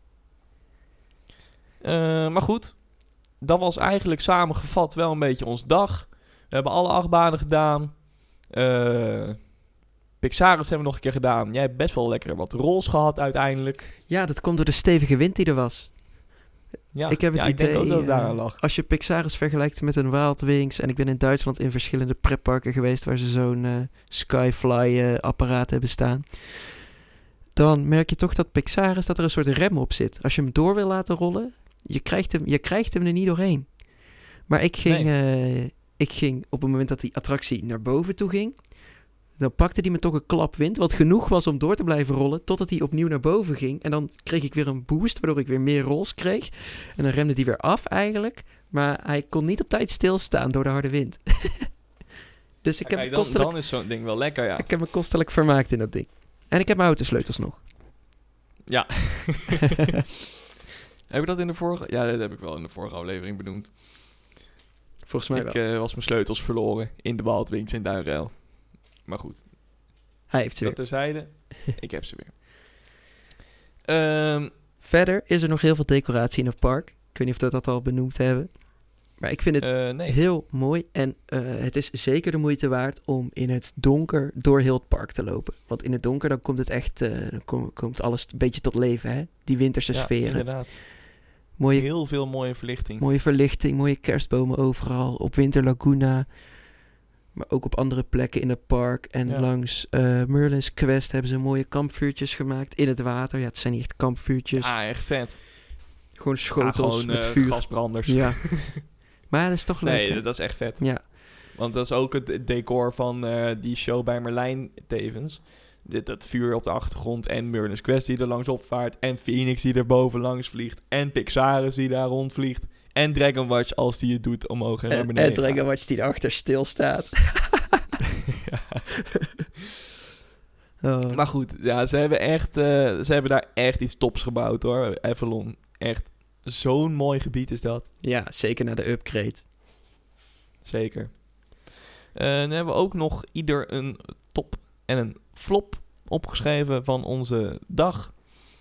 Maar goed. Dat was eigenlijk samengevat wel een beetje ons dag. We hebben alle 8 banen gedaan. Pixaris hebben we nog een keer gedaan. Jij hebt best wel lekker wat rols gehad uiteindelijk. Ja, dat komt door de stevige wind die er was. Ja, Ik heb het ik denk idee, ook dat het daaraan lag. Als je Pixaris vergelijkt met een Wild Wings... en ik ben in Duitsland in verschillende pretparken geweest... waar ze zo'n Skyfly-apparaat hebben staan... dan merk je toch dat Pixaris, dat er een soort rem op zit. Als je hem door wil laten rollen, je krijgt hem er niet doorheen. Maar ik ging op het moment dat die attractie naar boven toe ging... dan pakte die me toch een klap wind, wat genoeg was om door te blijven rollen... totdat hij opnieuw naar boven ging. En dan kreeg ik weer een boost, waardoor ik weer meer rolls kreeg. En dan remde die weer af eigenlijk. Maar hij kon niet op tijd stilstaan door de harde wind. Dus ik heb, Kijk, me kostelijk, dan is zo'n ding wel lekker, ja. ik heb me kostelijk vermaakt in dat ding. En ik heb mijn autosleutels nog. Ja. Heb ik dat in de vorige... Ja, dat heb ik wel in de vorige aflevering benoemd. Volgens mij Ik wel. was mijn sleutels verloren in de Wild Wings in Duinruil. Maar goed, Hij heeft ze dat weer. terzijde. Ik heb ze weer. Verder is er nog heel veel decoratie in het park. Ik weet niet of we dat al benoemd hebben. Maar ik vind het Nee. heel mooi. En het is zeker de moeite waard om in het donker door heel het park te lopen. Want in het donker dan komt het echt, komt alles een beetje tot leven, hè? Die winterse Ja, sferen. inderdaad. Mooie, Heel veel mooie verlichting. mooie verlichting, mooie kerstbomen overal. Op Winter Laguna. Maar ook op andere plekken in het park. En Ja. langs Merlin's Quest hebben ze mooie kampvuurtjes gemaakt. In het water. Ja, het zijn niet echt kampvuurtjes. Ah, echt vet. Gewoon schotels Gewoon met vuur. gasbranders. Ja. Maar dat is toch leuk, Nee, hè? dat is echt vet. Ja. Want dat is ook het decor van die show bij Merlijn tevens. Dat vuur op de achtergrond en Merlin's Quest die er langs opvaart. En Phoenix die er boven langs vliegt. En Pixaris die daar rondvliegt. En Dragon Watch als die het doet omhoog en naar beneden. En Dragon Watch die erachter stilstaat. Ja. Oh. Maar goed, ja, ze hebben daar echt iets tops gebouwd hoor. Avalon. Echt zo'n mooi gebied is dat. Ja, zeker na de upgrade. Zeker. Dan hebben we ook nog ieder een top en een flop opgeschreven van onze dag.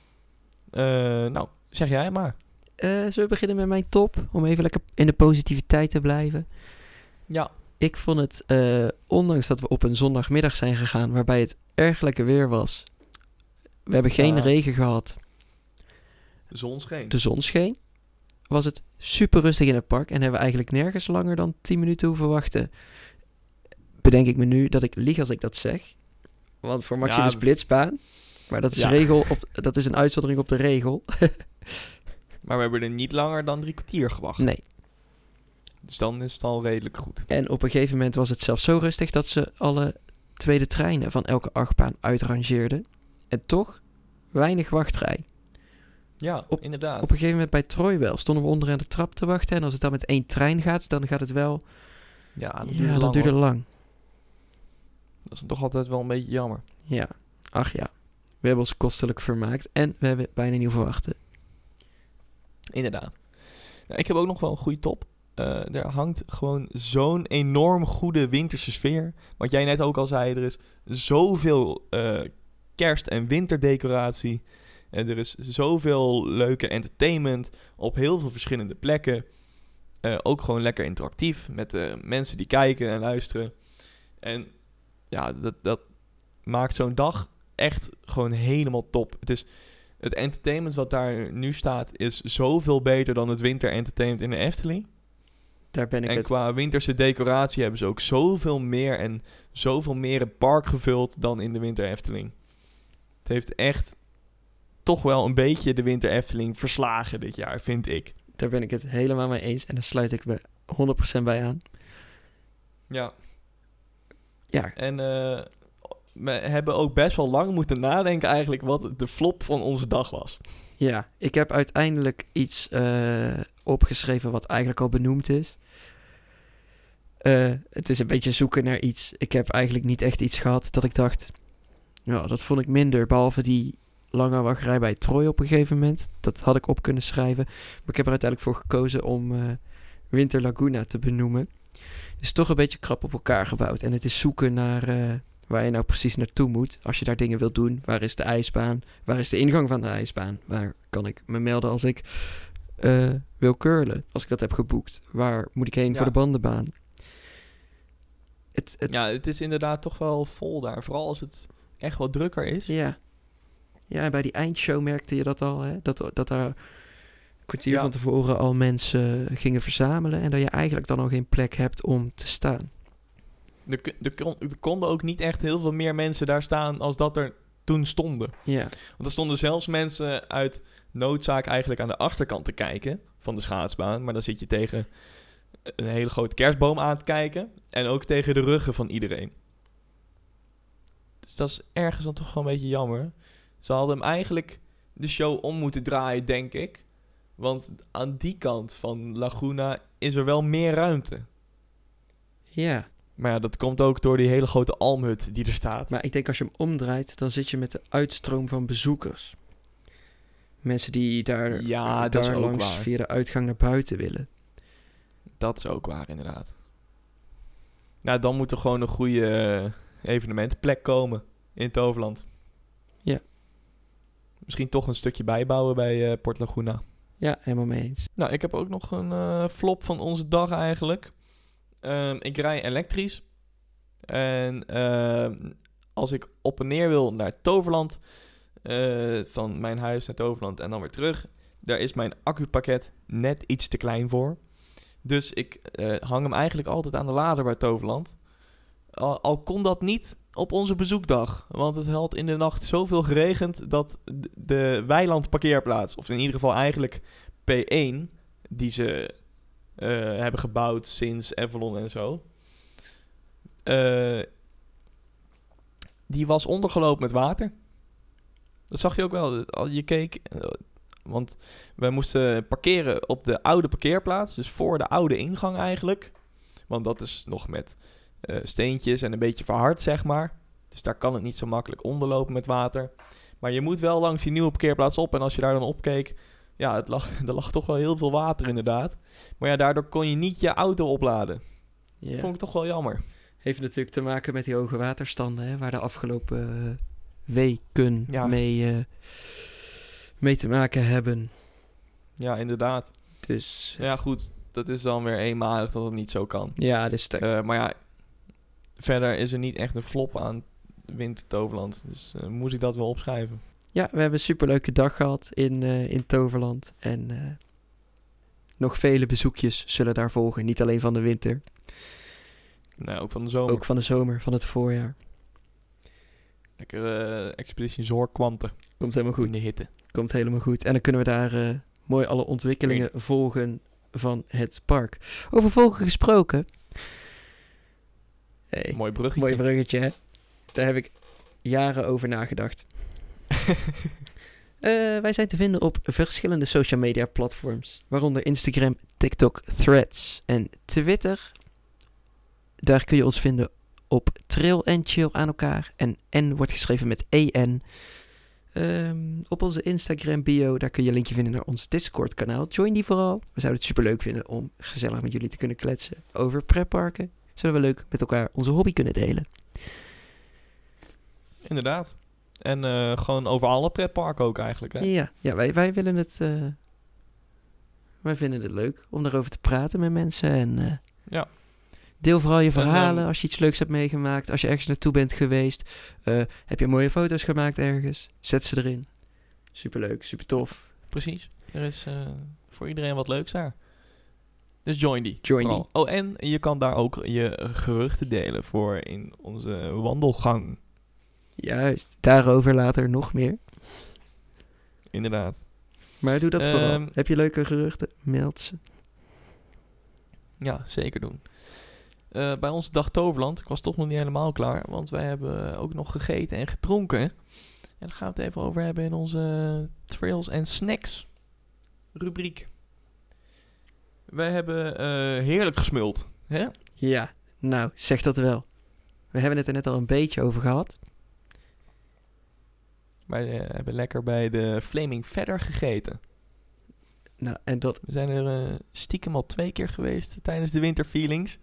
Nou, zeg jij maar. Zullen we beginnen met mijn top? Om even lekker in de positiviteit te blijven. Ja. Ik vond het, ondanks dat we op een zondagmiddag zijn gegaan, waarbij het erg lekker weer was. We hebben geen Ja. regen gehad. De zon scheen. De zon scheen. Was het super rustig in het park. En hebben we eigenlijk nergens langer dan 10 minuten hoeven wachten. Bedenk ik me nu dat ik lieg als ik dat zeg. Want voor Maximus Ja. Blitzbaan. Maar dat is, Ja. dat is een uitzondering op de regel. Maar we hebben er niet langer dan 3 kwartier gewacht. Nee. Dus dan is het al redelijk goed. En op een gegeven moment was het zelfs zo rustig dat ze alle tweede treinen van elke achtbaan uitrangeerden. En toch weinig wachtrij. Ja, inderdaad. Op een gegeven moment bij Troy wel. Stonden we onderaan de trap te wachten. En als het dan met 1 trein gaat, dan gaat het wel... Ja, dat Ja, duurde dat lang, duurde hoor. lang. Dat is toch altijd wel een beetje jammer. Ja. Ach ja. We hebben ons kostelijk vermaakt. En we hebben bijna niet hoeven wachten. Inderdaad. Nou, ik heb ook nog wel een goede top. Er hangt gewoon zo'n enorm goede winterse sfeer. Wat jij net ook al zei, er is zoveel kerst- en winterdecoratie. En er is zoveel leuke entertainment op heel veel verschillende plekken. Ook gewoon lekker interactief met de mensen die kijken en luisteren. En ja, dat maakt zo'n dag echt gewoon helemaal top. Het entertainment wat daar nu staat is zoveel beter dan het winter-entertainment in de Efteling. Daar ben ik En het... qua winterse decoratie hebben ze ook zoveel meer en zoveel meer het park gevuld dan in de winter Efteling. Het heeft echt toch wel een beetje de winter Efteling verslagen dit jaar, vind ik. Daar ben ik het helemaal mee eens. En daar sluit ik me 100% bij aan. Ja. Ja. En we hebben ook best wel lang moeten nadenken eigenlijk wat de flop van onze dag was. Ja, ik heb uiteindelijk iets opgeschreven wat eigenlijk al benoemd is. Het is een beetje zoeken naar iets. Ik heb eigenlijk niet echt iets gehad dat ik dacht... Ja, dat vond ik minder. Behalve die lange wachtrij bij Troy op een gegeven moment. Dat had ik op kunnen schrijven. Maar ik heb er uiteindelijk voor gekozen om Winter Laguna te benoemen. Het is toch een beetje krap op elkaar gebouwd. En het is zoeken naar waar je nou precies naartoe moet. Als je daar dingen wilt doen. Waar is de ijsbaan? Waar is de ingang van de ijsbaan? Waar kan ik me melden als ik wil curlen? Als ik dat heb geboekt. Waar moet ik heen voor de bandenbaan? Ja, het is inderdaad toch wel vol daar. Vooral als het echt wat drukker is. Ja. Ja, en bij die eindshow merkte je dat al. Hè? Dat daar een kwartier van tevoren al mensen gingen verzamelen. En dat je eigenlijk dan al geen plek hebt om te staan. Er konden ook niet echt heel veel meer mensen daar staan als dat er toen stonden. Ja. Want er stonden zelfs mensen uit noodzaak eigenlijk aan de achterkant te kijken van de schaatsbaan. Maar dan zit je tegen een hele grote kerstboom aan te kijken. En ook tegen de ruggen van iedereen. Dus dat is ergens dan toch wel een beetje jammer. Ze hadden hem eigenlijk de show om moeten draaien, denk ik. Want aan die kant van Laguna is er wel meer ruimte. Ja. Maar ja, dat komt ook door die hele grote almhut die er staat. Maar ik denk als je hem omdraait, dan zit je met de uitstroom van bezoekers. Mensen die daar, dat is ook langs waar. via de uitgang naar buiten willen. Dat is ook waar, inderdaad. Nou, dan moet er gewoon een goede evenementenplek komen in Toverland. Ja. Misschien toch een stukje bijbouwen bij Port Laguna. Ja, helemaal mee eens. Nou, ik heb ook nog een flop van onze dag eigenlijk. Ik rij elektrisch. En als ik op en neer wil naar Toverland, van mijn huis naar Toverland en dan weer terug, daar is mijn accupakket net iets te klein voor. Dus ik hang hem eigenlijk altijd aan de lader bij Toverland. Al kon dat niet op onze bezoekdag. Want het had in de nacht zoveel geregend dat de weiland parkeerplaats, of in ieder geval eigenlijk P1, die ze hebben gebouwd sinds Avalon en zo. Die was ondergelopen met water. Dat zag je ook wel. Je keek... want we moesten parkeren op de oude parkeerplaats. Dus voor de oude ingang eigenlijk. Want dat is nog met steentjes en een beetje verhard, zeg maar. Dus daar kan het niet zo makkelijk onderlopen met water. Maar je moet wel langs die nieuwe parkeerplaats op. En als je daar dan opkeek... Ja, er lag toch wel heel veel water inderdaad. Maar ja, daardoor kon je niet je auto opladen. Ja. Vond ik toch wel jammer. Heeft natuurlijk te maken met die hoge waterstanden, hè, waar de afgelopen weken mee te maken hebben. Ja, inderdaad. Dus Ja, goed. Dat is dan weer eenmalig dat het niet zo kan. ja, dus Maar ja, verder is er niet echt een flop aan Winter Toverland. Dus moest ik dat wel opschrijven. ja, we hebben een superleuke dag gehad in Toverland. En nog vele bezoekjes zullen daar volgen. Niet alleen van de winter, Nee, ook van de zomer. ook van de zomer, van het voorjaar. Lekker Expeditie Zorgkwanten Komt helemaal in de goed. hitte. Komt helemaal goed. En dan kunnen we daar mooi alle ontwikkelingen volgen van het park. Over volgen gesproken. Hey, Mooi bruggetje. mooi bruggetje, hè? Daar heb ik jaren over nagedacht. Wij zijn te vinden op verschillende social media platforms. Waaronder Instagram, TikTok, Threads en Twitter. Daar kun je ons vinden op Trail en Chill aan elkaar. En N wordt geschreven met EN. Op onze Instagram bio, daar kun je een linkje vinden naar ons Discord kanaal. Join die vooral. We zouden het superleuk vinden om gezellig met jullie te kunnen kletsen over pretparken. Zodat we leuk met elkaar onze hobby kunnen delen. Inderdaad. En gewoon over alle pretparken ook eigenlijk. Hè? Ja, wij willen het... wij vinden het leuk om daarover te praten met mensen. En Ja. deel vooral je verhalen als je iets leuks hebt meegemaakt. Als je ergens naartoe bent geweest. Heb je mooie foto's gemaakt ergens. Zet ze erin. Superleuk, super tof. Precies. Er is voor iedereen wat leuks daar. Dus join die. Join vooral. Oh, en je kan daar ook je geruchten delen voor in onze wandelgang. Juist, daarover later nog meer. Inderdaad. Maar doe dat vooral. Heb je leuke geruchten? Meld ze. Ja, zeker doen. Bij onze dag Toverland, ik was toch nog niet helemaal klaar, want wij hebben ook nog gegeten en gedronken. En daar gaan we het even over hebben in onze Trails en Snacks rubriek. Wij hebben heerlijk gesmuld. Hè? Ja, nou, zeg dat wel. We hebben het er net al een beetje over gehad. Wij hebben lekker bij de Flaming Feather gegeten. Nou, en dat... We zijn er stiekem al 2 keer geweest tijdens de winterfeelings.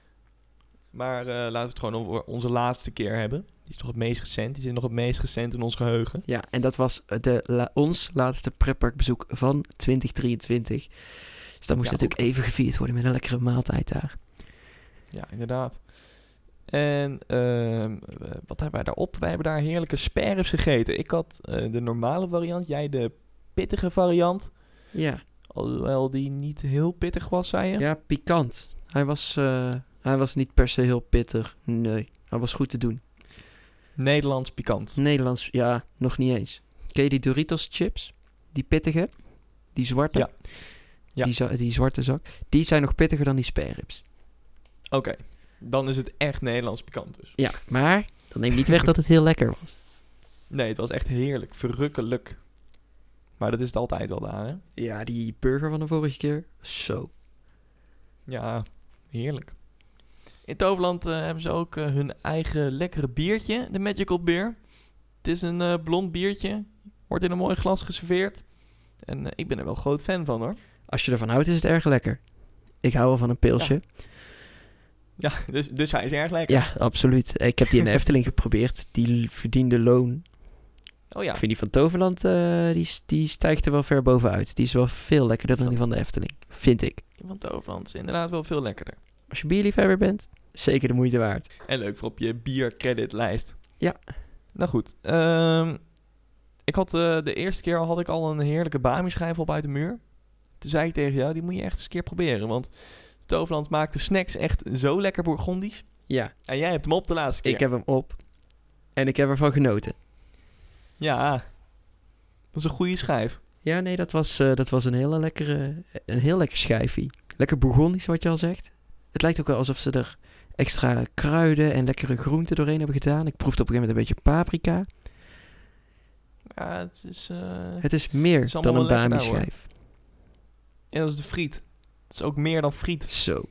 Maar laten we het gewoon over onze laatste keer hebben. Die is toch het meest recent. Die zit nog het meest recent in ons geheugen. Ja, en dat was ons laatste pretparkbezoek van 2023. Dus dat moest natuurlijk even gevierd worden met een lekkere maaltijd daar. Ja, inderdaad. En wat hebben wij daarop? Wij hebben daar heerlijke spareribs gegeten. Ik had de normale variant, jij de pittige variant. Ja. Alhoewel die niet heel pittig was, zei je? Ja, pikant. Hij was niet per se heel pittig. Nee, hij was goed te doen. Nederlands pikant. Nederlands, ja, nog niet eens. Ken je die Doritos chips? Die pittige? Die zwarte? Ja. Ja. Die zwarte zak. Die zijn nog pittiger dan die spareribs. Oké. Dan is het echt Nederlands pikant dus. Ja, maar dat neemt niet weg dat het heel lekker was. Nee, het was echt heerlijk. Verrukkelijk. Maar dat is het altijd wel daar, hè? Ja, die burger van de vorige keer. Zo. Ja, heerlijk. In Toverland hebben ze ook hun eigen lekkere biertje. De Magical Beer. Het is een blond biertje. Wordt in een mooi glas geserveerd. En ik ben er wel groot fan van, hoor. Als je ervan houdt, is het erg lekker. Ik hou wel van een pilsje. Ja, dus hij is erg lekker. Ja, absoluut. Ik heb die in de Efteling geprobeerd. Die verdiende loon. Oh ja. Ik vind die van Toverland, die stijgt er wel ver bovenuit. Die is wel veel lekkerder dan die van de Efteling. Vind ik. Die van Toverland is inderdaad wel veel lekkerder. Als je bierliefhebber bent, zeker de moeite waard. En leuk voor op je biercreditlijst. Ja. Nou goed. Ik had de eerste keer had ik al een heerlijke Bami-schijf op uit de muur. Toen zei ik tegen jou, die moet je echt eens een keer proberen. Want Toverland maakt de snacks echt zo lekker Bourgondisch. Ja. En jij hebt hem op de laatste keer. Ik heb hem op. En ik heb ervan genoten. Ja. Dat is een goede schijf. Ja, nee, dat was een heel lekker schijfie. Lekker Bourgondisch, wat je al zegt. Het lijkt ook wel alsof ze er extra kruiden en lekkere groenten doorheen hebben gedaan. Ik proefde op een gegeven moment een beetje paprika. Ja, het is... Het is meer is dan allemaal een wel lekker Bami-schijf. En dat is de friet. Het is ook meer dan friet. Zo.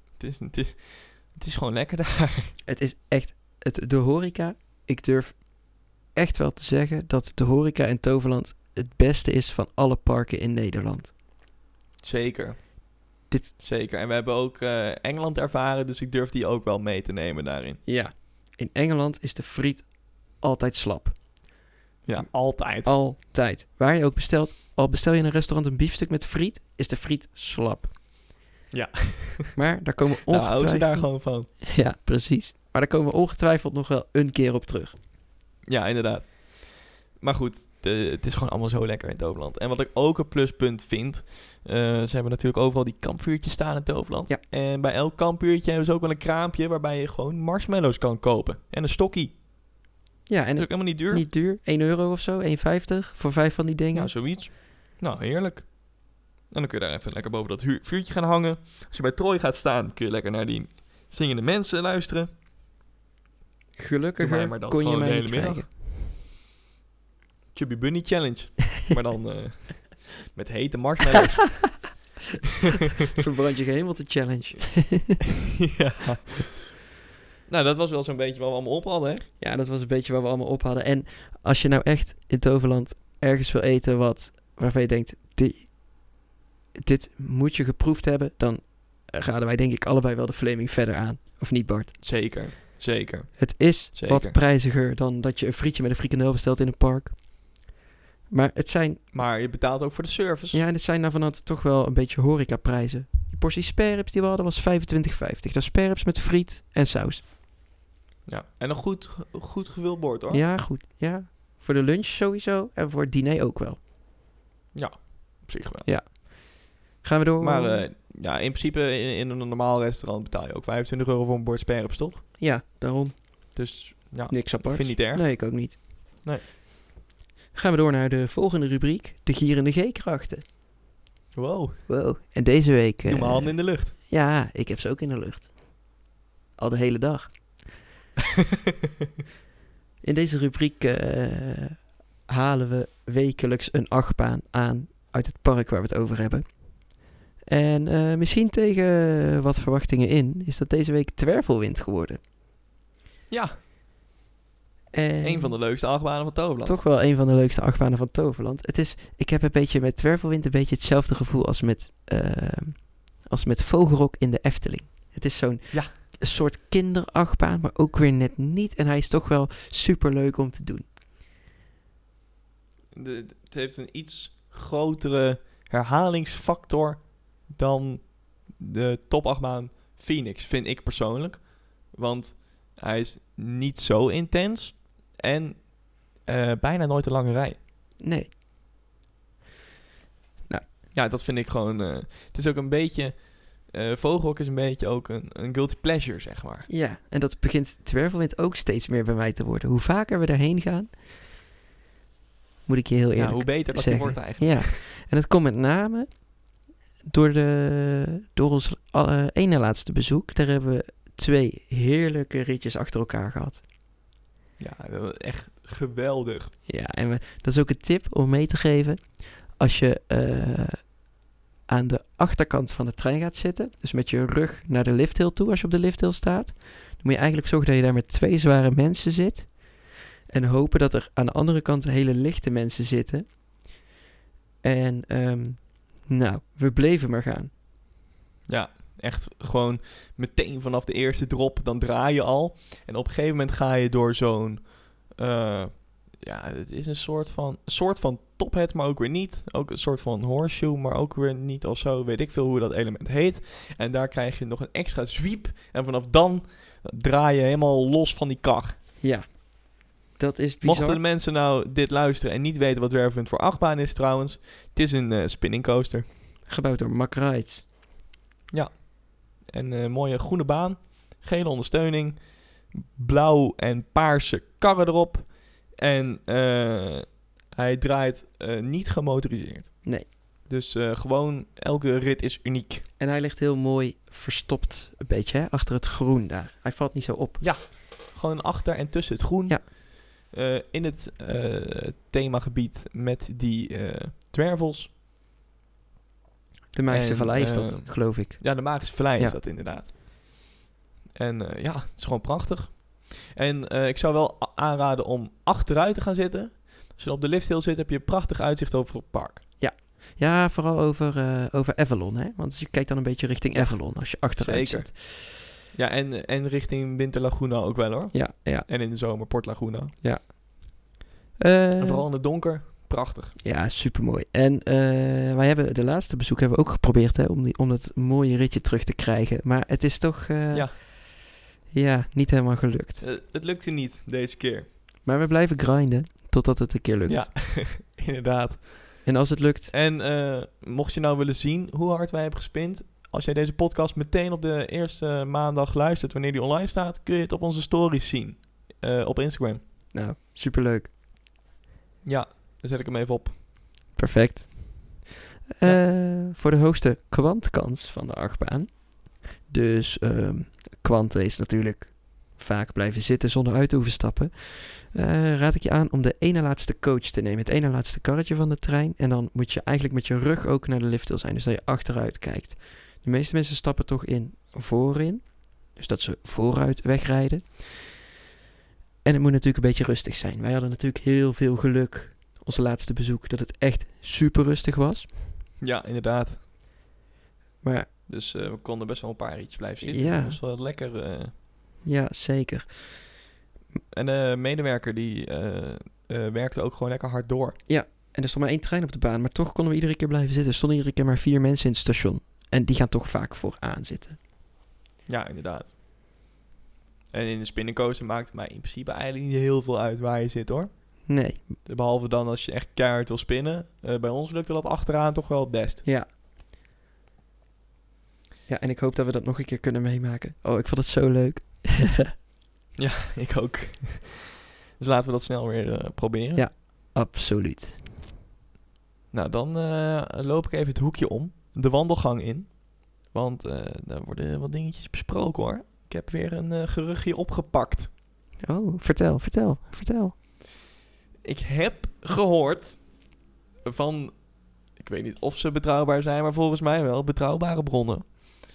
Het is gewoon lekker daar. Het is echt... De horeca, ik durf echt wel te zeggen dat de horeca in Toverland het beste is van alle parken in Nederland. Zeker. Dit... Zeker. En we hebben ook Engeland ervaren, dus ik durf die ook wel mee te nemen daarin. Ja. In Engeland is de friet altijd slap. Ja, altijd. Altijd. Waar je ook bestelt, al bestel je in een restaurant een biefstuk met friet, is de friet slap. Ja. Maar daar komen we Nou, ongetwijfeld... houden ze daar gewoon van. Ja, precies. Maar daar komen we ongetwijfeld nog wel een keer op terug. Ja, inderdaad. Maar goed, het is gewoon allemaal zo lekker in Toverland. En wat ik ook een pluspunt vind... ze hebben natuurlijk overal die kampvuurtjes staan in Toverland. Ja. En bij elk kampvuurtje hebben ze ook wel een kraampje... waarbij je gewoon marshmallows kan kopen. En een stokkie. Ja, Dat en is ook helemaal niet duur. niet duur. 1 euro of zo, 1,50 voor 5 van die dingen. Nou, zoiets. Nou, heerlijk. En dan kun je daar even lekker boven dat vuurtje gaan hangen. Als je bij Troy gaat staan, kun je lekker naar die zingende mensen luisteren. Gelukkiger maar dat kon je gewoon de mij hele niet middag. krijgen. Chubby Bunny Challenge. Maar dan met hete marshmallows. Verbrand je gehemelte challenge. Ja. Nou, dat was wel zo'n beetje wat we allemaal op hadden, hè? Ja, dat was een beetje waar we allemaal op hadden. En als je nou echt in Toverland ergens wil eten waarvan je denkt... Dit moet je geproefd hebben, dan raden wij denk ik allebei wel de Flaming verder aan. Of niet, Bart? Zeker, zeker. Het is Zeker. wat prijziger dan dat je een frietje met een frikandel bestelt in een park. Maar het zijn... Maar je betaalt ook voor de service. Ja, en het zijn nou vanuit toch wel een beetje horecaprijzen. Die portie sperrips die we hadden was 25,50. Dat is sperrips met friet en saus. Ja, en een goed gevuld bord, hoor. Ja, goed. Ja. Voor de lunch sowieso en voor het diner ook wel. Ja, op zich wel. Ja. Gaan we door? Maar ja, in principe in een normaal restaurant betaal je ook 25 euro voor een bord sperrips, toch? Ja, daarom. Dus ja, Niks apart. ik vind het niet erg. Nee, ik ook niet. Nee. Gaan we door naar de volgende rubriek. De gierende G-krachten. Wow, Wow. En deze week... doe mijn handen in de lucht. Ja, ik heb ze ook in de lucht. Al de hele dag. In deze rubriek halen we wekelijks een achtbaan aan uit het park waar we het over hebben. En misschien tegen wat verwachtingen in, is dat deze week Twervelwind geworden. Ja, En een van de leukste achtbanen van Toverland. toch wel een van de leukste achtbanen van Toverland. Ik heb een beetje met Twervelwind een beetje hetzelfde gevoel als met Vogelrok in de Efteling. Het is zo'n een soort kinderachtbaan, maar ook weer net niet. En hij is toch wel super leuk om te doen. Het heeft een iets grotere herhalingsfactor dan de top 8-baan Phoenix, vind ik persoonlijk. Want hij is niet zo intens en bijna nooit een lange rij. Nee. Ja, dat vind ik gewoon... het is ook een beetje... Vogelrok is een beetje ook een guilty pleasure, zeg maar. Ja, en dat begint Twervelwind ook steeds meer bij mij te worden. Hoe vaker we daarheen gaan, moet ik je heel eerlijk hoe beter dat zeggen. je wordt eigenlijk. Ja, en het komt met name door ons ene laatste bezoek. Daar hebben we 2 heerlijke ritjes achter elkaar gehad. Ja, dat was echt geweldig. Ja, en dat is ook een tip om mee te geven. Als je aan de achterkant van de trein gaat zitten, dus met je rug naar de lifthill toe, als je op de lifthill staat, dan moet je eigenlijk zorgen dat je daar met 2 zware mensen zit. En hopen dat er aan de andere kant hele lichte mensen zitten. En we bleven maar gaan. Ja, echt gewoon meteen vanaf de eerste drop, dan draai je al. En op een gegeven moment ga je door zo'n... het is een soort van tophead, maar ook weer niet. Ook een soort van horseshoe, maar ook weer niet of zo. Weet ik veel hoe dat element heet. En daar krijg je nog een extra zwiep. En vanaf dan draai je helemaal los van die kar. Ja, dat is bizar. Mochten de mensen nou dit luisteren en niet weten wat Twervelwind voor achtbaan is trouwens. Het is een spinning coaster. Gebouwd door Mack Rides. Ja. En mooie groene baan. Gele ondersteuning. Blauw en paarse karren erop. En hij draait niet gemotoriseerd. Nee. Dus gewoon elke rit is uniek. En hij ligt heel mooi verstopt een beetje, hè? Achter het groen daar. Hij valt niet zo op. Gewoon achter en tussen het groen. Ja. In het themagebied met die dwervels. De Magische En, Vallei is dat, geloof ik. Ja, de Magische Vallei Ja. is dat inderdaad. En ja, het is gewoon prachtig. En ik zou wel aanraden om achteruit te gaan zitten. Als je op de lifthill zit, heb je een prachtig uitzicht over het park. Ja, vooral over Avalon, hè? Want je kijkt dan een beetje richting Avalon als je achteruit Zeker. zit. Ja, en richting Winter Laguna ook wel hoor. Ja. En in de zomer Port Laguna. Eh, En vooral in het donker, prachtig. Ja, supermooi. En wij hebben de laatste bezoek hebben we ook geprobeerd, hè, om dat mooie ritje terug te krijgen. Maar het is toch niet helemaal gelukt. Het lukte niet deze keer. Maar we blijven grinden totdat het een keer lukt. Ja, inderdaad. En als het lukt, En mocht je nou willen zien hoe hard wij hebben gespind, als jij deze podcast meteen op de eerste maandag luistert, wanneer die online staat, kun je het op onze stories zien. Op Instagram. nou, superleuk. Ja, dan zet ik hem even op. Perfect. Voor de hoogste kwantkans van de achtbaan. Dus kwanten is natuurlijk vaak blijven zitten zonder uit te hoeven stappen. Raad ik je aan om de ene laatste coach te nemen. Het ene laatste karretje van de trein. En dan moet je eigenlijk met je rug ook naar de lifthill zijn. Dus dat je achteruit kijkt. De meeste mensen stappen toch voorin. Dus dat ze vooruit wegrijden. En het moet natuurlijk een beetje rustig zijn. Wij hadden natuurlijk heel veel geluk. Onze laatste bezoek. Dat het echt super rustig was. Ja, inderdaad. Maar Dus we konden best wel een paar ritjes blijven zitten. Ja. Dat was wel lekker. ja, zeker. En de medewerker die werkte ook gewoon lekker hard door. En er stond maar 1 trein op de baan. Maar toch konden we iedere keer blijven zitten. Er stonden iedere keer maar 4 mensen in het station. En die gaan toch vaak vooraan zitten. Ja, inderdaad. En in de spinnencoaster maakt het mij in principe eigenlijk niet heel veel uit waar je zit hoor. Nee. Behalve dan als je echt keihard wil spinnen. Bij ons lukte dat achteraan toch wel het best. Ja. Ja, en ik hoop dat we dat nog een keer kunnen meemaken. Oh, ik vond het zo leuk. Ik ook. Dus laten we dat snel weer proberen. Ja. Absoluut. Nou, dan loop ik even het hoekje om. De wandelgang in. Want daar worden wat dingetjes besproken hoor. Ik heb weer een geruchtje opgepakt. Oh, vertel. Ik heb gehoord van... Ik weet niet of ze betrouwbaar zijn, maar volgens mij wel betrouwbare bronnen.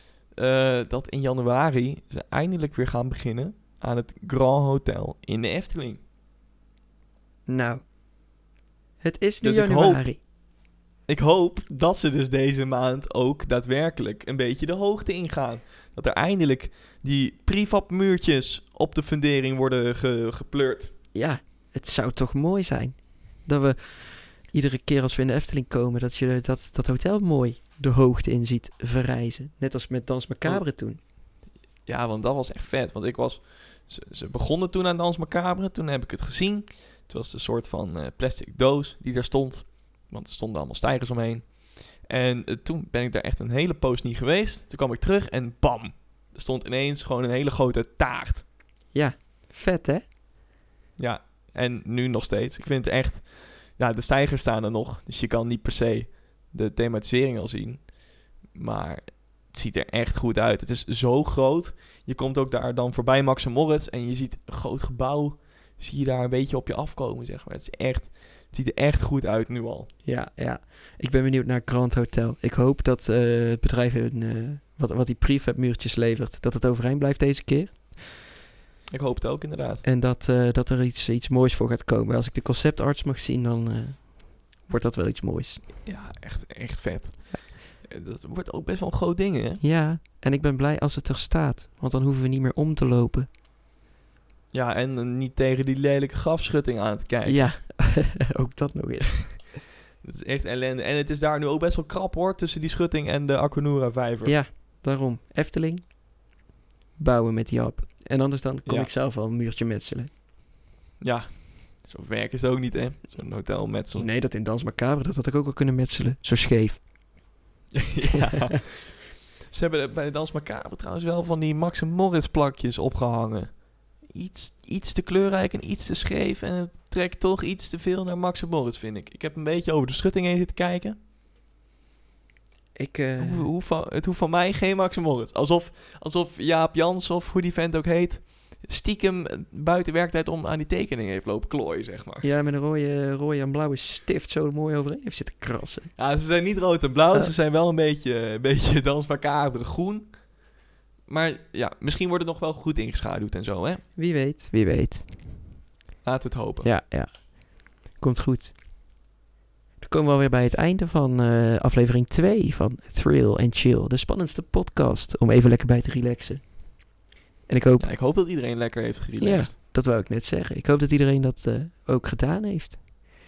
Dat in januari ze eindelijk weer gaan beginnen aan het Grand Hotel in de Efteling. Nou. Het is nu Dus ik januari. Ik hoop dat ze dus deze maand ook daadwerkelijk een beetje de hoogte ingaan. Dat er eindelijk die prefab muurtjes op de fundering worden gepleurd. Ja, het zou toch mooi zijn. Dat we iedere keer als we in de Efteling komen, dat je dat hotel mooi de hoogte in ziet verrijzen. Net als met Dans Macabre toen. Ja, want dat was echt vet. Want ze begonnen toen aan Dans Macabre. Toen heb ik het gezien. Het was een soort van plastic doos die daar stond. Want er stonden allemaal stijgers omheen. En toen ben ik daar echt een hele poos niet geweest. Toen kwam ik terug en bam. Er stond ineens gewoon een hele grote taart. Ja, vet hè? Ja, en nu nog steeds. Ik vind het echt... Ja, de stijgers staan er nog. Dus je kan niet per se de thematisering al zien. Maar het ziet er echt goed uit. Het is zo groot. Je komt ook daar dan voorbij Max en Moritz. En je ziet een groot gebouw. Zie je daar een beetje op je afkomen, zeg maar. Het ziet er echt goed uit nu al. Ja. Ik ben benieuwd naar Grand Hotel. Ik hoop dat het bedrijf wat die prefab muurtjes levert, dat het overeind blijft deze keer. Ik hoop het ook inderdaad. En dat er iets moois voor gaat komen. Als ik de conceptarts mag zien, dan wordt dat wel iets moois. Ja, echt vet. Dat wordt ook best wel een groot ding, hè? Ja, en ik ben blij als het er staat. Want dan hoeven we niet meer om te lopen. Ja, en niet tegen die lelijke grafschutting aan te kijken. Ja, ook dat nog eens. Dat is echt ellende. En het is daar nu ook best wel krap, hoor. Tussen die schutting en de Aquanura-vijver. Ja, daarom. Efteling, bouwen met Jap. En anders dan kom Ja. ik zelf wel een muurtje metselen. Ja, zo werk is het ook niet, hè? Zo'n hotel met zo'n... Nee, dat in Dans Macabre, dat had ik ook wel kunnen metselen. Zo scheef. Ja. Ze hebben bij de Dans Macabre trouwens wel van die Max en Moritz plakjes opgehangen. Iets te kleurrijk en iets te scheef. En het trekt toch iets te veel naar Max en Moritz, vind ik. Ik heb een beetje over de schutting heen zitten kijken. Het hoeft van mij geen Max Moritz. Alsof Jaap Jans of hoe die vent ook heet, stiekem buiten werktijd om aan die tekening heeft lopen klooien, zeg maar. Ja, met een rode en blauwe stift zo mooi overheen heeft zitten krassen. Ja, ze zijn niet rood en blauw. Ze zijn wel een beetje dans macabre groen. Maar ja, misschien wordt het nog wel goed ingeschaduwd en zo, hè? Wie weet. Laten we het hopen. Ja. Komt goed. Dan komen we alweer bij het einde van aflevering 2 van Thrill and Chill. De spannendste podcast om even lekker bij te relaxen. En ik hoop dat iedereen lekker heeft gerelaxed. Ja, dat wou ik net zeggen. Ik hoop dat iedereen dat ook gedaan heeft.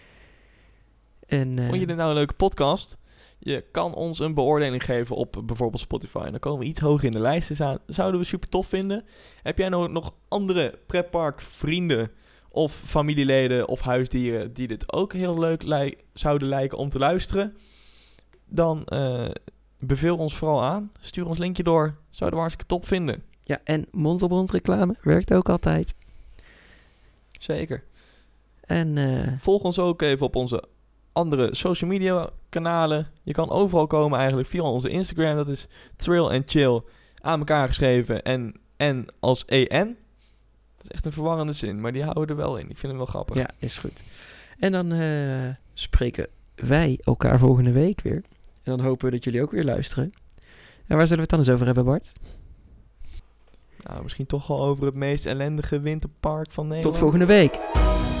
En, vond je dit nou een leuke podcast? Je kan ons een beoordeling geven op bijvoorbeeld Spotify. Dan komen we iets hoger in de lijst te staan. Zouden we super tof vinden. Heb jij nou nog andere pretpark vrienden of familieleden of huisdieren die dit ook heel leuk zouden lijken om te luisteren? Dan beveel ons vooral aan. Stuur ons linkje door. Zouden we hartstikke top vinden. Ja, en mond-op-mond reclame werkt ook altijd. Zeker. En volg ons ook even op onze andere social media kanalen. Je kan overal komen eigenlijk via onze Instagram. Dat is Thrill and Chill aan elkaar geschreven en als EN. Dat is echt een verwarrende zin, maar die houden we er wel in. Ik vind hem wel grappig. Ja, is goed. En dan spreken wij elkaar volgende week weer. En dan hopen we dat jullie ook weer luisteren. En waar zullen we het dan eens over hebben, Bart? Nou, misschien toch wel over het meest ellendige winterpark van Nederland. Tot volgende week.